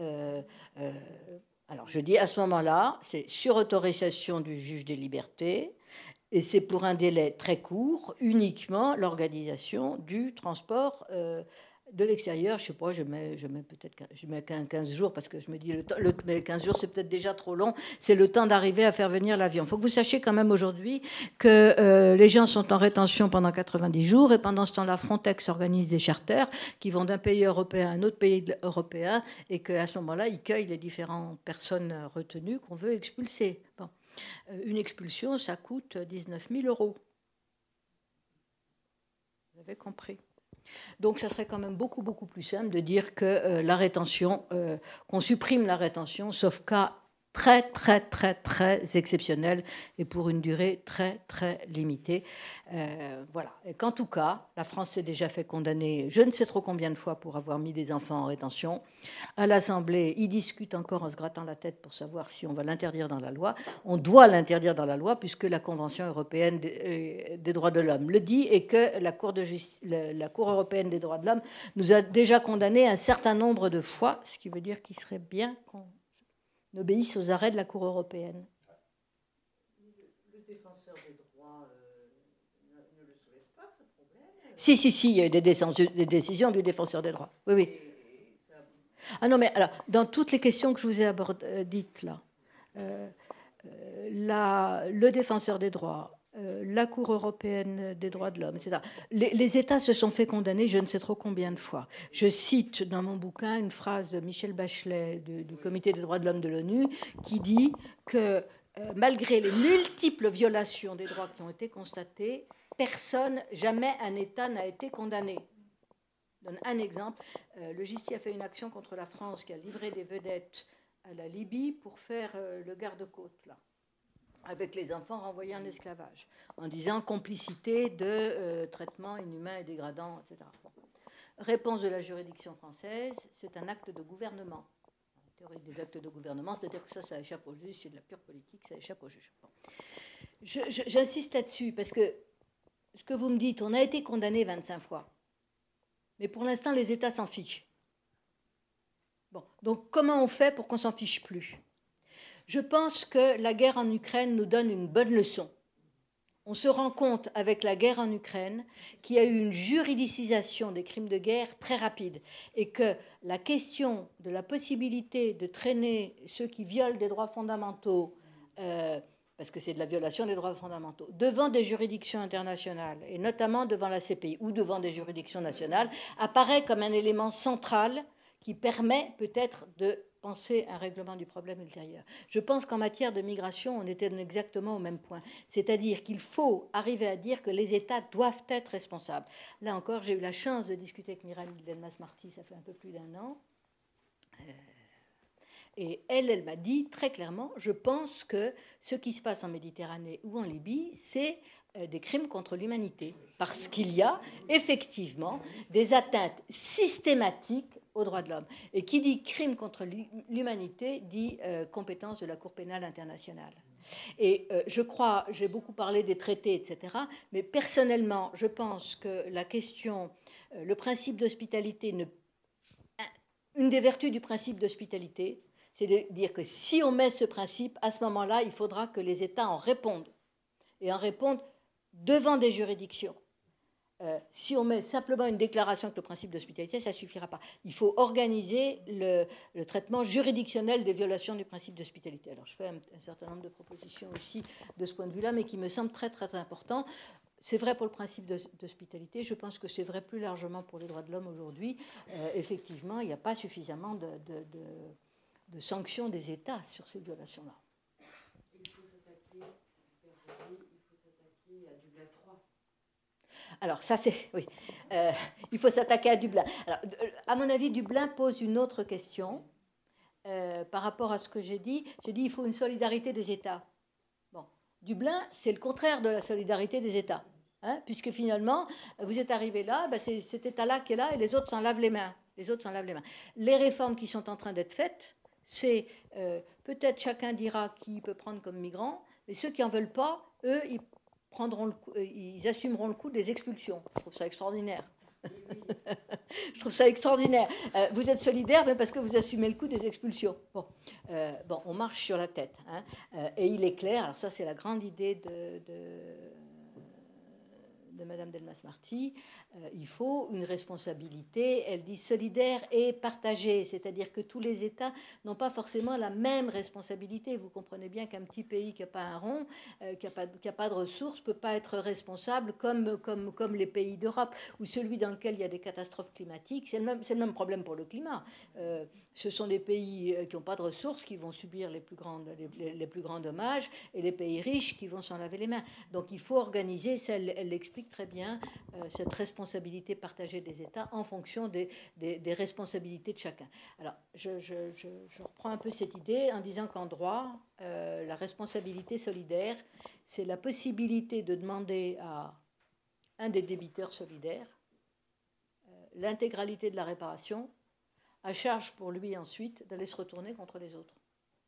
alors, je dis à ce moment-là, c'est sur autorisation du juge des libertés, et c'est pour un délai très court, uniquement l'organisation du transport de l'extérieur. Je sais pas, je mets 15 jours parce que je me dis mais 15 jours c'est peut-être déjà trop long. C'est le temps d'arriver à faire venir l'avion. Il faut que vous sachiez quand même aujourd'hui que les gens sont en rétention pendant 90 jours et pendant ce temps-là, Frontex organise des charters qui vont d'un pays européen à un autre pays européen et qu'à ce moment-là, ils cueillent les différentes personnes retenues qu'on veut expulser. Bon. Une expulsion, ça coûte 19 000 €. Vous avez compris. Donc, ça serait quand même beaucoup, beaucoup plus simple de dire que la rétention, qu'on supprime la rétention, sauf cas très, très, très, très exceptionnel et pour une durée très, très limitée. Voilà. Et qu'en tout cas, la France s'est déjà fait condamner je ne sais trop combien de fois pour avoir mis des enfants en rétention. À l'Assemblée, ils discutent encore en se grattant la tête pour savoir si on va l'interdire dans la loi. On doit l'interdire dans la loi puisque la Convention européenne des droits de l'homme le dit et que la Cour européenne des droits de l'homme nous a déjà condamnés un certain nombre de fois, ce qui veut dire qu'il serait bien qu'on obéissent aux arrêts de la Cour européenne. Le défenseur des droits ne le soulève pas, ce problème. Si, il y a eu des décisions du défenseur des droits. Oui. Ah non, mais alors, dans toutes les questions que je vous ai dites là, le défenseur des droits, la Cour européenne des droits de l'homme, etc. Les États se sont fait condamner je ne sais trop combien de fois. Je cite dans mon bouquin une phrase de Michel Bachelet du Comité des droits de l'homme de l'ONU qui dit que malgré les multiples violations des droits qui ont été constatées, jamais un État n'a été condamné. Je donne un exemple. Le GISTI a fait une action contre la France qui a livré des vedettes à la Libye pour faire le garde-côte, là, avec les enfants renvoyés en esclavage, en disant complicité de traitements inhumains et dégradants, etc. Bon. Réponse de la juridiction française, c'est un acte de gouvernement. La théorie des actes de gouvernement, c'est-à-dire que ça échappe au juge, c'est de la pure politique, ça échappe au juge. Bon. J'insiste là-dessus, parce que ce que vous me dites, on a été condamné 25 fois, mais pour l'instant, les États s'en fichent. Bon, donc comment on fait pour qu'on s'en fiche plus ? Je pense que la guerre en Ukraine nous donne une bonne leçon. On se rend compte avec la guerre en Ukraine qu'il y a eu une juridicisation des crimes de guerre très rapide et que la question de la possibilité de traîner ceux qui violent des droits fondamentaux, parce que c'est de la violation des droits fondamentaux, devant des juridictions internationales, et notamment devant la CPI ou devant des juridictions nationales, apparaît comme un élément central qui permet peut-être de penser un règlement du problème ultérieur. Je pense qu'en matière de migration, on était exactement au même point. C'est-à-dire qu'il faut arriver à dire que les États doivent être responsables. Là encore, j'ai eu la chance de discuter avec Mireille Delmas-Marty, ça fait un peu plus d'1 an. Et elle m'a dit très clairement, je pense que ce qui se passe en Méditerranée ou en Libye, c'est des crimes contre l'humanité. Parce qu'il y a effectivement des atteintes systématiques aux droits de l'homme. Et qui dit crime contre l'humanité dit compétence de la Cour pénale internationale. Et je crois, j'ai beaucoup parlé des traités, etc., mais personnellement, je pense que la question, le principe d'hospitalité, une des vertus du principe d'hospitalité, c'est de dire que si on met ce principe, à ce moment-là, il faudra que les États en répondent, et en répondent devant des juridictions. Si on met simplement une déclaration que le principe d'hospitalité, ça ne suffira pas. Il faut organiser le traitement juridictionnel des violations du principe d'hospitalité. Alors, je fais un certain nombre de propositions aussi de ce point de vue-là, mais qui me semblent très, très, très importants. C'est vrai pour le principe d'hospitalité, je pense que c'est vrai plus largement pour les droits de l'homme aujourd'hui. Effectivement, il n'y a pas suffisamment de sanctions des États sur ces violations-là. Il faut s'attaquer à Dublin 3. Alors, ça, c'est... Oui. Il faut s'attaquer à Dublin. Alors, à mon avis, Dublin pose une autre question par rapport à ce que j'ai dit. J'ai dit qu'il faut une solidarité des États. Bon. Dublin, c'est le contraire de la solidarité des États. Hein, puisque finalement, vous êtes arrivé là, ben c'est cet État-là qui est là et les autres s'en lavent les mains. Les réformes qui sont en train d'être faites, c'est peut-être chacun dira qui il peut prendre comme migrant, mais ceux qui n'en veulent pas, eux, ils assumeront le coût des expulsions. Je trouve ça extraordinaire. Je trouve ça extraordinaire. Vous êtes solidaire, mais parce que vous assumez le coût des expulsions. Bon, on marche sur la tête. Hein. Et il est clair, alors ça c'est la grande idée de Madame Delmas-Marty, il faut une responsabilité, elle dit solidaire et partagée, c'est-à-dire que tous les États n'ont pas forcément la même responsabilité. Vous comprenez bien qu'un petit pays qui n'a pas un rond, qui n'a pas de ressources, ne peut pas être responsable comme les pays d'Europe, ou celui dans lequel il y a des catastrophes climatiques. C'est le même problème pour le climat. Ce sont les pays qui n'ont pas de ressources qui vont subir les plus grands dommages, et les pays riches qui vont s'en laver les mains. Donc il faut organiser, ça, elle l'explique très bien, cette responsabilité partagée des États en fonction des responsabilités de chacun. Alors, je reprends un peu cette idée en disant qu'en droit, la responsabilité solidaire, c'est la possibilité de demander à un des débiteurs solidaires l'intégralité de la réparation, à charge pour lui ensuite d'aller se retourner contre les autres.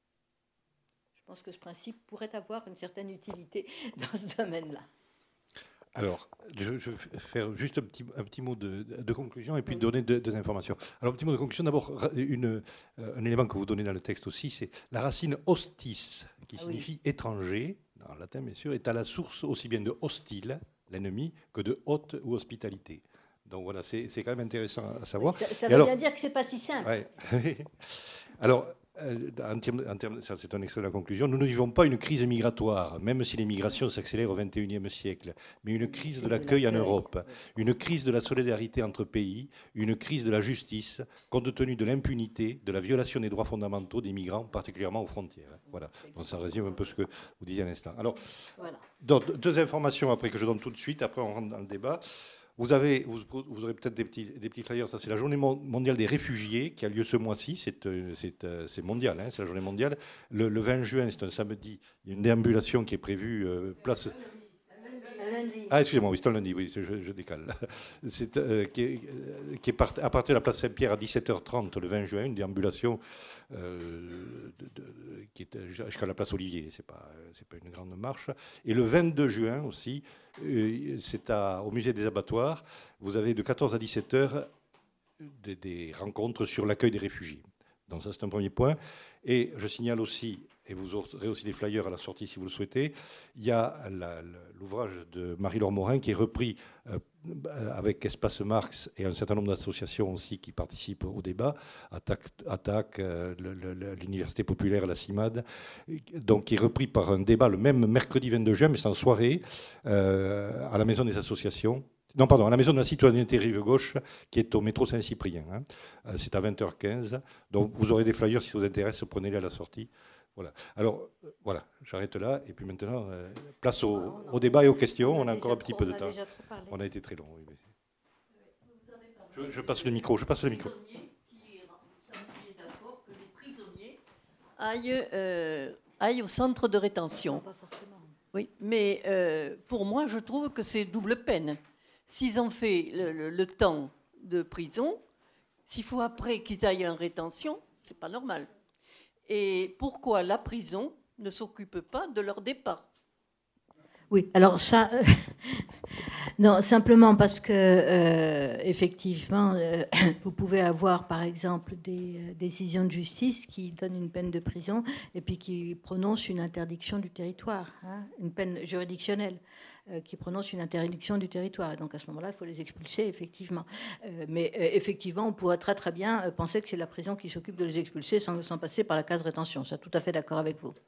Je pense que ce principe pourrait avoir une certaine utilité dans ce domaine-là. Alors, je vais faire juste un petit mot de conclusion et puis donner deux informations. Alors, un petit mot de conclusion. D'abord, un élément que vous donnez dans le texte aussi, c'est la racine hostis, qui signifie étranger, en latin bien sûr, est à la source aussi bien de hostile, l'ennemi, que de hôte ou hospitalité. Donc voilà, c'est quand même intéressant à savoir. Ça veut bien dire que ce n'est pas si simple. Ouais. Alors, Ça c'est un extrait de la conclusion, nous ne vivons pas une crise migratoire, même si les migrations s'accélèrent au XXIe siècle, mais une crise de l'accueil en Europe, une crise de la solidarité entre pays, une crise de la justice, compte tenu de l'impunité, de la violation des droits fondamentaux des migrants, particulièrement aux frontières. Voilà, donc ça résume un peu ce que vous disiez à l'instant. Alors, voilà. Deux informations après que je donne tout de suite, après on rentre dans le débat. Vous aurez peut-être des petits flyers. Ça, c'est la journée mondiale des réfugiés qui a lieu ce mois-ci. C'est mondial, hein, c'est la journée mondiale. Le 20 juin, c'est un samedi. Il y a une déambulation qui est prévue place. Ah, excusez-moi, oui, c'est un lundi, oui, je décale. C'est qui est à partir de la place Saint-Pierre à 17h30 le 20 juin, une déambulation qui est jusqu'à la place Olivier, c'est pas une grande marche. Et le 22 juin aussi, c'est au musée des abattoirs, vous avez de 14 à 17h des rencontres sur l'accueil des réfugiés. Donc ça, c'est un premier point. Et je signale aussi, et vous aurez aussi des flyers à la sortie si vous le souhaitez, il y a l'ouvrage de Marie-Laure Morin qui est repris avec Espace Marx et un certain nombre d'associations aussi qui participent au débat, Attaque, l'Université populaire, la CIMAD, donc qui est repris par un débat le même mercredi 22 juin, mais c'est en soirée, à la Maison des associations. Non, pardon, à la Maison de la Citoyenneté Rive-Gauche, qui est au métro Saint-Cyprien. Hein. C'est à 20h15. Donc, vous aurez des flyers si ça vous intéresse, prenez-les à la sortie. Voilà. Alors, voilà, j'arrête là. Et puis maintenant, place au débat et aux questions. On a encore un petit peu de temps. On a été très long. Oui. Je passe le micro. Qui est d'accord que les prisonniers aillent au centre de rétention. Pas forcément. Oui, mais pour moi, je trouve que c'est double peine. S'ils ont fait le temps de prison, s'il faut après qu'ils aillent en rétention, c'est pas normal. Et pourquoi la prison ne s'occupe pas de leur départ? Oui, alors ça, non, simplement parce que effectivement, vous pouvez avoir par exemple des décisions de justice qui donnent une peine de prison et puis qui prononcent une interdiction du territoire, hein, une peine juridictionnelle qui prononce une interdiction du territoire. Et donc à ce moment-là, il faut les expulser, effectivement. Mais effectivement, on pourrait très très bien penser que c'est la prison qui s'occupe de les expulser sans passer par la case rétention. Je suis tout à fait d'accord avec vous.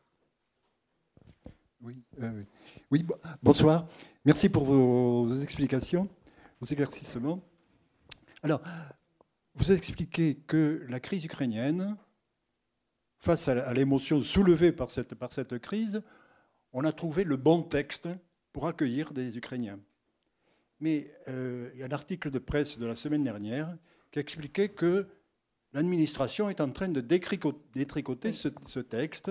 Oui, bonsoir. Merci pour vos explications, vos éclaircissements. Alors, vous expliquez que la crise ukrainienne, face à l'émotion soulevée par cette crise, on a trouvé le bon texte pour accueillir des Ukrainiens. Mais il y a un article de presse de la semaine dernière qui expliquait que l'administration est en train de détricoter ce texte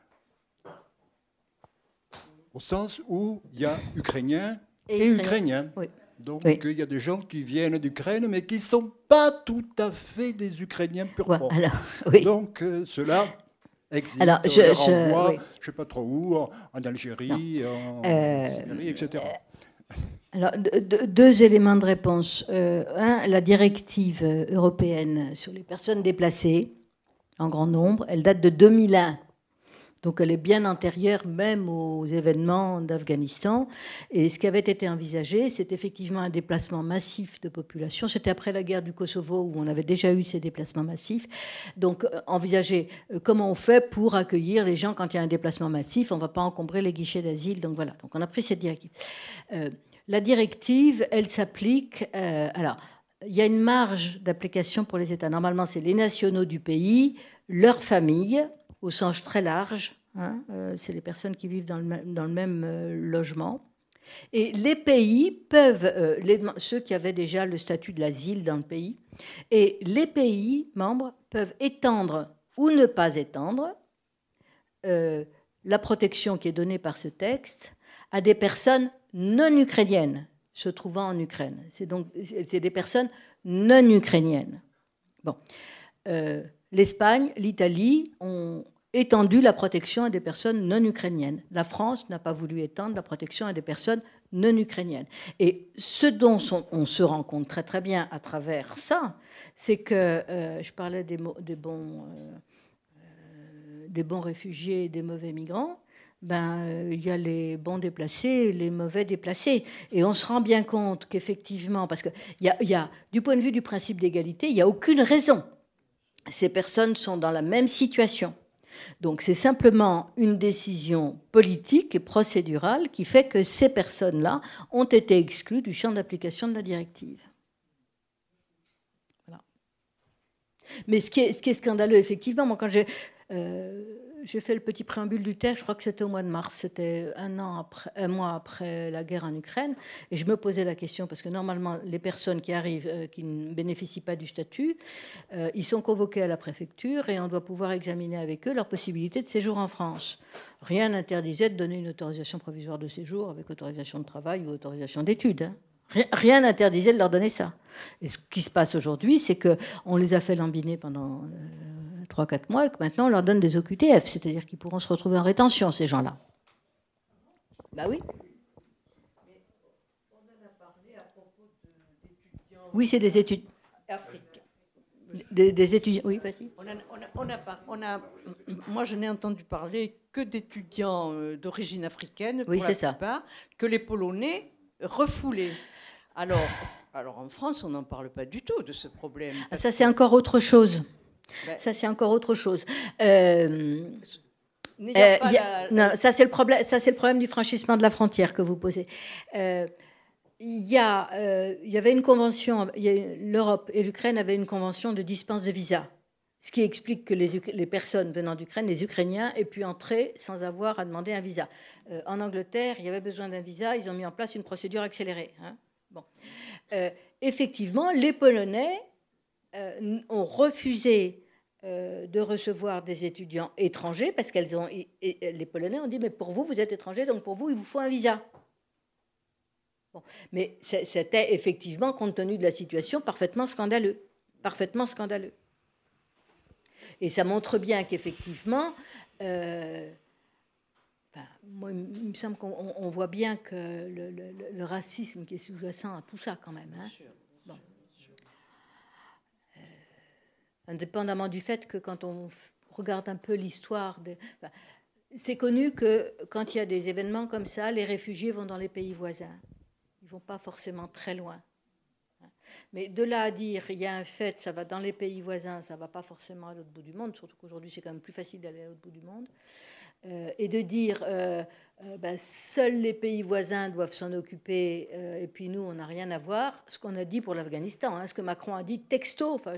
au sens où il y a Ukrainiens et Ukrainiens. Oui. Donc il y a des gens qui viennent d'Ukraine, mais qui ne sont pas tout à fait des Ukrainiens purement. Ouais, alors, oui. Donc cela existe, alors, je ne sais pas trop où, en Algérie, en Syrie, etc. Alors, deux éléments de réponse. Un, la directive européenne sur les personnes déplacées, en grand nombre, elle date de 2001. Donc elle est bien antérieure même aux événements d'Afghanistan. Et ce qui avait été envisagé, c'est effectivement un déplacement massif de population. C'était après la guerre du Kosovo où on avait déjà eu ces déplacements massifs. Donc envisager comment on fait pour accueillir les gens quand il y a un déplacement massif. On ne va pas encombrer les guichets d'asile. Donc voilà, donc on a pris cette directive. La directive, elle s'applique... alors, il y a une marge d'application pour les États. Normalement, c'est les nationaux du pays, leurs familles, au sens très large, hein, c'est les personnes qui vivent dans le même logement. Et les pays peuvent, ceux qui avaient déjà le statut de l'asile dans le pays, et les pays membres peuvent étendre ou ne pas étendre la protection qui est donnée par ce texte à des personnes non ukrainiennes se trouvant en Ukraine. C'est des personnes non ukrainiennes. Bon. L'Espagne, l'Italie ont étendu la protection à des personnes non ukrainiennes. La France n'a pas voulu étendre la protection à des personnes non ukrainiennes. Et ce dont on se rend compte très très bien à travers ça, c'est que, je parlais des bons réfugiés et des mauvais migrants, il y a les bons déplacés et les mauvais déplacés. Et on se rend bien compte qu'effectivement, parce que y a, du point de vue du principe d'égalité, il n'y a aucune raison ces personnes sont dans la même situation. Donc c'est simplement une décision politique et procédurale qui fait que ces personnes-là ont été exclues du champ d'application de la directive. Voilà. Mais ce qui est scandaleux, effectivement, moi quand j'ai fait le petit préambule du texte, je crois que c'était au mois de mars, c'était un mois après la guerre en Ukraine, et je me posais la question, parce que normalement, les personnes qui arrivent, qui ne bénéficient pas du statut, ils sont convoqués à la préfecture, et on doit pouvoir examiner avec eux leur possibilité de séjour en France. Rien n'interdisait de donner une autorisation provisoire de séjour avec autorisation de travail ou autorisation d'études, hein. Rien n'interdisait de leur donner ça. Et ce qui se passe aujourd'hui, c'est qu'on les a fait lambiner pendant 3-4 mois et que maintenant on leur donne des OQTF, c'est-à-dire qu'ils pourront se retrouver en rétention, ces gens-là. Bah oui. Mais on en a parlé à propos d'étudiants. Oui, c'est des études. Africains. Des étudiants. Oui, vas-y. Moi, je n'ai entendu parler que d'étudiants d'origine africaine, pour oui, la c'est plupart, que les Polonais refoulaient. Alors en France, on n'en parle pas du tout de ce problème. Ah, ça, c'est encore autre chose. Ben, ça, c'est encore autre chose. Non, ça, c'est le problème du franchissement de la frontière que vous posez. Il y avait une convention, l'Europe et l'Ukraine avaient une convention de dispense de visa, ce qui explique que les personnes venant d'Ukraine, les Ukrainiens, aient pu entrer sans avoir à demander un visa. En Angleterre, il y avait besoin d'un visa, ils ont mis en place une procédure accélérée. Hein. Bon. Effectivement, les Polonais ont refusé de recevoir des étudiants étrangers parce les Polonais ont dit mais pour vous, vous êtes étranger, donc pour vous, il vous faut un visa. Bon. Mais c'était effectivement, compte tenu de la situation, parfaitement scandaleux. Parfaitement scandaleux. Et ça montre bien qu'effectivement, moi, il me semble qu'on voit bien que le racisme qui est sous-jacent à tout ça quand même. Hein. Bon. Indépendamment du fait que quand on regarde un peu l'histoire, c'est connu que quand il y a des événements comme ça, les réfugiés vont dans les pays voisins. Ils ne vont pas forcément très loin. Mais de là à dire, il y a un fait, ça va dans les pays voisins, ça ne va pas forcément à l'autre bout du monde, surtout qu'aujourd'hui, c'est quand même plus facile d'aller à l'autre bout du monde. Et de dire, seuls les pays voisins doivent s'en occuper, et puis nous, on n'a rien à voir, ce qu'on a dit pour l'Afghanistan, hein, ce que Macron a dit texto, enfin,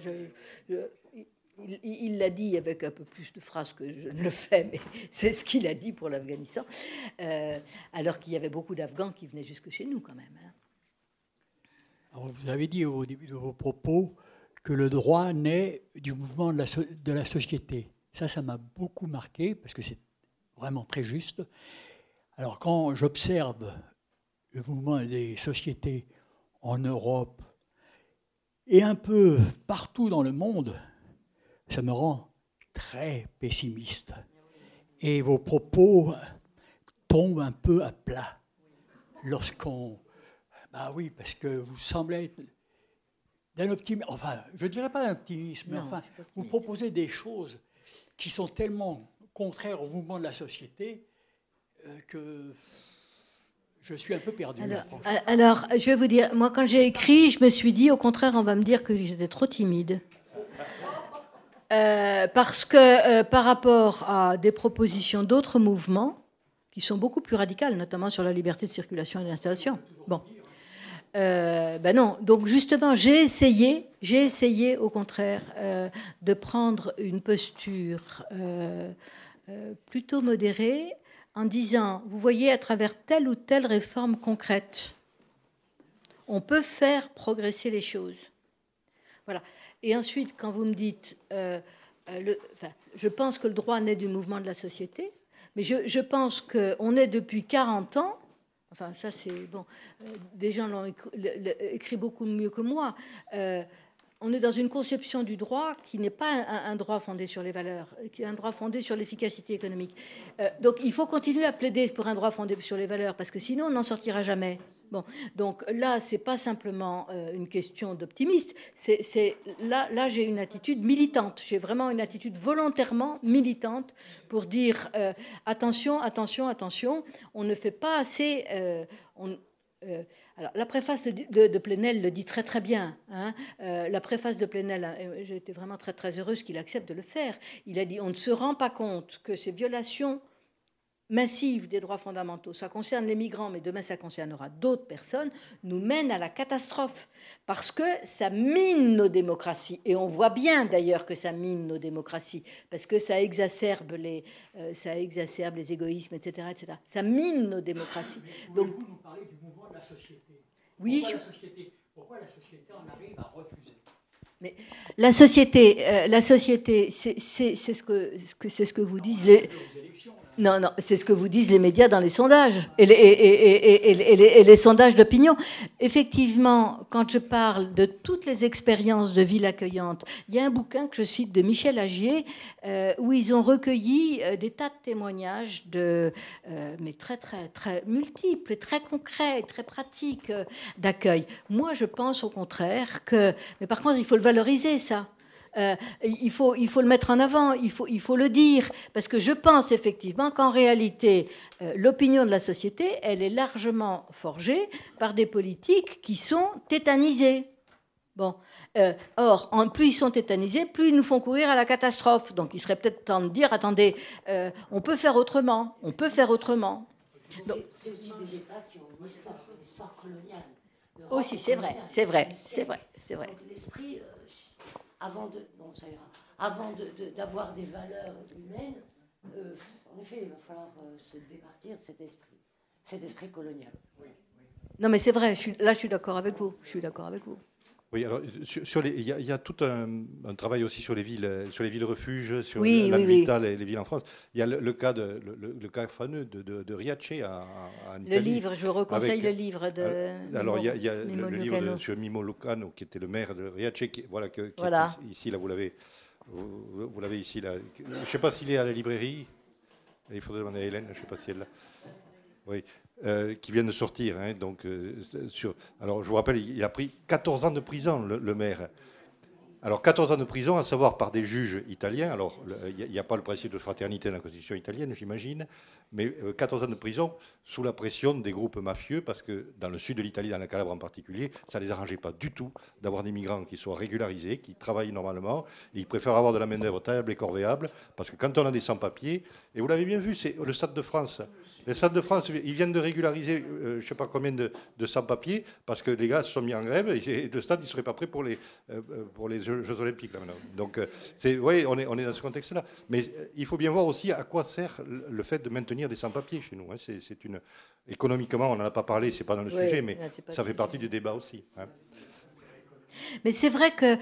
il l'a dit avec un peu plus de phrases que je ne le fais, mais c'est ce qu'il a dit pour l'Afghanistan, alors qu'il y avait beaucoup d'Afghans qui venaient jusque chez nous quand même. Hein. Alors, vous avez dit au début de vos propos que le droit naît du mouvement de la société. Ça m'a beaucoup marqué parce que c'est vraiment très juste. Alors quand j'observe le mouvement des sociétés en Europe et un peu partout dans le monde, ça me rend très pessimiste. Et vos propos tombent un peu à plat lorsqu'on... Ah oui, parce que vous semblez être d'un optimisme, enfin, je ne dirais pas d'un optimisme, mais enfin, vous proposez des choses qui sont tellement contraires au mouvement de la société que je suis un peu perdu. Alors, je vais vous dire, moi, quand j'ai écrit, je me suis dit, au contraire, on va me dire que j'étais trop timide. Parce que par rapport à des propositions d'autres mouvements, qui sont beaucoup plus radicales, notamment sur la liberté de circulation et d'installation. Bon. Non. Donc justement, j'ai essayé au contraire de prendre une posture plutôt modérée en disant, vous voyez, à travers telle ou telle réforme concrète, on peut faire progresser les choses. Voilà. Et ensuite, quand vous me dites, je pense que le droit naît du mouvement de la société, mais je pense qu'on est depuis 40 ans. Enfin, ça, c'est bon. Des gens l'ont écrit beaucoup mieux que moi. On est dans une conception du droit qui n'est pas un droit fondé sur les valeurs, qui est un droit fondé sur l'efficacité économique. Donc, il faut continuer à plaider pour un droit fondé sur les valeurs, parce que sinon, on n'en sortira jamais. Bon, donc là, c'est pas simplement une question d'optimiste. Là, j'ai une attitude militante. J'ai vraiment une attitude volontairement militante pour dire attention. On ne fait pas assez. Alors, la préface de Plenel le dit très très bien. Hein. La préface de Plenel, j'ai été vraiment très très heureuse qu'il accepte de le faire. Il a dit, on ne se rend pas compte que ces violations massive des droits fondamentaux, ça concerne les migrants, mais demain ça concernera d'autres personnes, nous mène à la catastrophe, parce que ça mine nos démocraties, et on voit bien d'ailleurs que ça mine nos démocraties, parce que ça exacerbe les égoïsmes, etc., etc. Ça mine nos démocraties. Donc, vous parlez du mouvement de la société. Oui, pourquoi la société en arrive à refuser? Mais la société, c'est ce que vous disent les... Non, c'est ce que vous disent les médias dans les sondages et les sondages d'opinion. Effectivement, quand je parle de toutes les expériences de ville accueillante, il y a un bouquin que je cite de Michel Agier où ils ont recueilli des tas de témoignages mais très, très, très multiples et très concrets, très pratiques d'accueil. Moi, je pense au contraire mais par contre, il faut le valoriser, ça. Il faut le mettre en avant, il faut le dire, parce que je pense effectivement qu'en réalité, l'opinion de la société, elle est largement forgée par des politiques qui sont tétanisés. Bon. Or, plus ils sont tétanisés, plus ils nous font courir à la catastrophe. Donc, il serait peut-être temps de dire, attendez, on peut faire autrement, on peut faire autrement. Donc, c'est aussi des États qui ont une histoire coloniale. Aussi, c'est vrai. Donc, l'esprit... Avant d'avoir des valeurs humaines, en effet, il va falloir se départir de cet esprit colonial. Non, mais c'est vrai, je suis d'accord avec vous. Oui, alors il y a tout un travail aussi sur les villes refuges, sur l'habitat, les villes en France. Il y a le cas fameux de Riace en Italie. Le livre, je vous reconseille le livre de alors il y a le livre sur Mimmo Lucano, qui était le maire de Riace, qui est ici, là, vous l'avez ici, là. Je ne sais pas s'il est à la librairie. Il faudrait demander à Hélène, je ne sais pas si elle l'a. Oui. Qui vient de sortir. Hein, alors, je vous rappelle, il a pris 14 ans de prison, le maire. Alors, 14 ans de prison, à savoir par des juges italiens. Alors, il n'y a pas le principe de fraternité dans la Constitution italienne, j'imagine, mais 14 ans de prison sous la pression des groupes mafieux, parce que dans le sud de l'Italie, dans la Calabre en particulier, ça ne les arrangeait pas du tout d'avoir des migrants qui soient régularisés, qui travaillent normalement. Et ils préfèrent avoir de la main-d'œuvre taillable et corvéable, parce que quand on a des sans-papiers, et vous l'avez bien vu, c'est le Stade de France. Le Stade de France, ils viennent de régulariser je ne sais pas combien de sans-papiers, parce que les gars se sont mis en grève, et le Stade ne serait pas prêt pour les Jeux Olympiques, là, maintenant. Donc, oui, on est dans ce contexte-là. Mais il faut bien voir aussi à quoi sert le fait de maintenir des sans-papiers chez nous. Hein. Économiquement, on n'en a pas parlé, ce n'est pas dans le sujet, mais ça fait partie du débat aussi. Hein. Mais c'est vrai que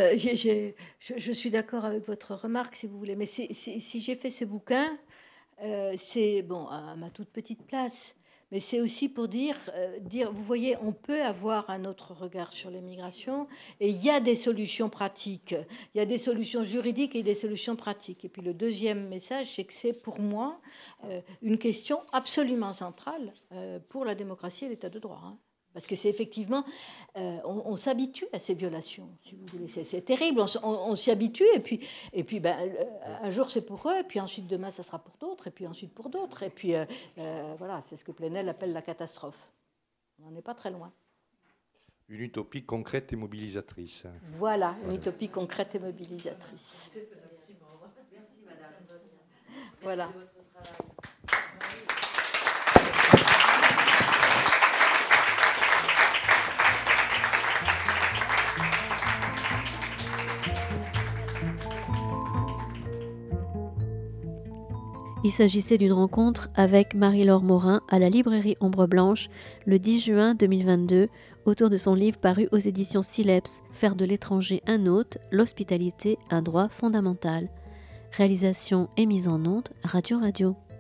je suis d'accord avec votre remarque, si vous voulez. Mais si j'ai fait ce bouquin, c'est bon à ma toute petite place, mais c'est aussi pour dire, vous voyez, on peut avoir un autre regard sur l'immigration, et il y a des solutions pratiques, il y a des solutions juridiques et des solutions pratiques. Et puis le deuxième message, c'est que c'est pour moi une question absolument centrale pour la démocratie et l'état de droit. Hein. Parce que c'est effectivement, on s'habitue à ces violations, si vous voulez. C'est terrible, on s'y habitue, et puis un jour c'est pour eux, et puis ensuite demain ça sera pour d'autres, et puis ensuite pour d'autres, et puis voilà, c'est ce que Plenel appelle la catastrophe. On n'en est pas très loin. Une utopie concrète et mobilisatrice. Voilà, une utopie concrète et mobilisatrice. Merci, madame. Voilà. Il s'agissait d'une rencontre avec Marie-Laure Morin à la librairie Ombre Blanche le 10 juin 2022 autour de son livre paru aux éditions Sileps, Faire de l'étranger un hôte, l'hospitalité, un droit fondamental. Réalisation et mise en onde, Radio.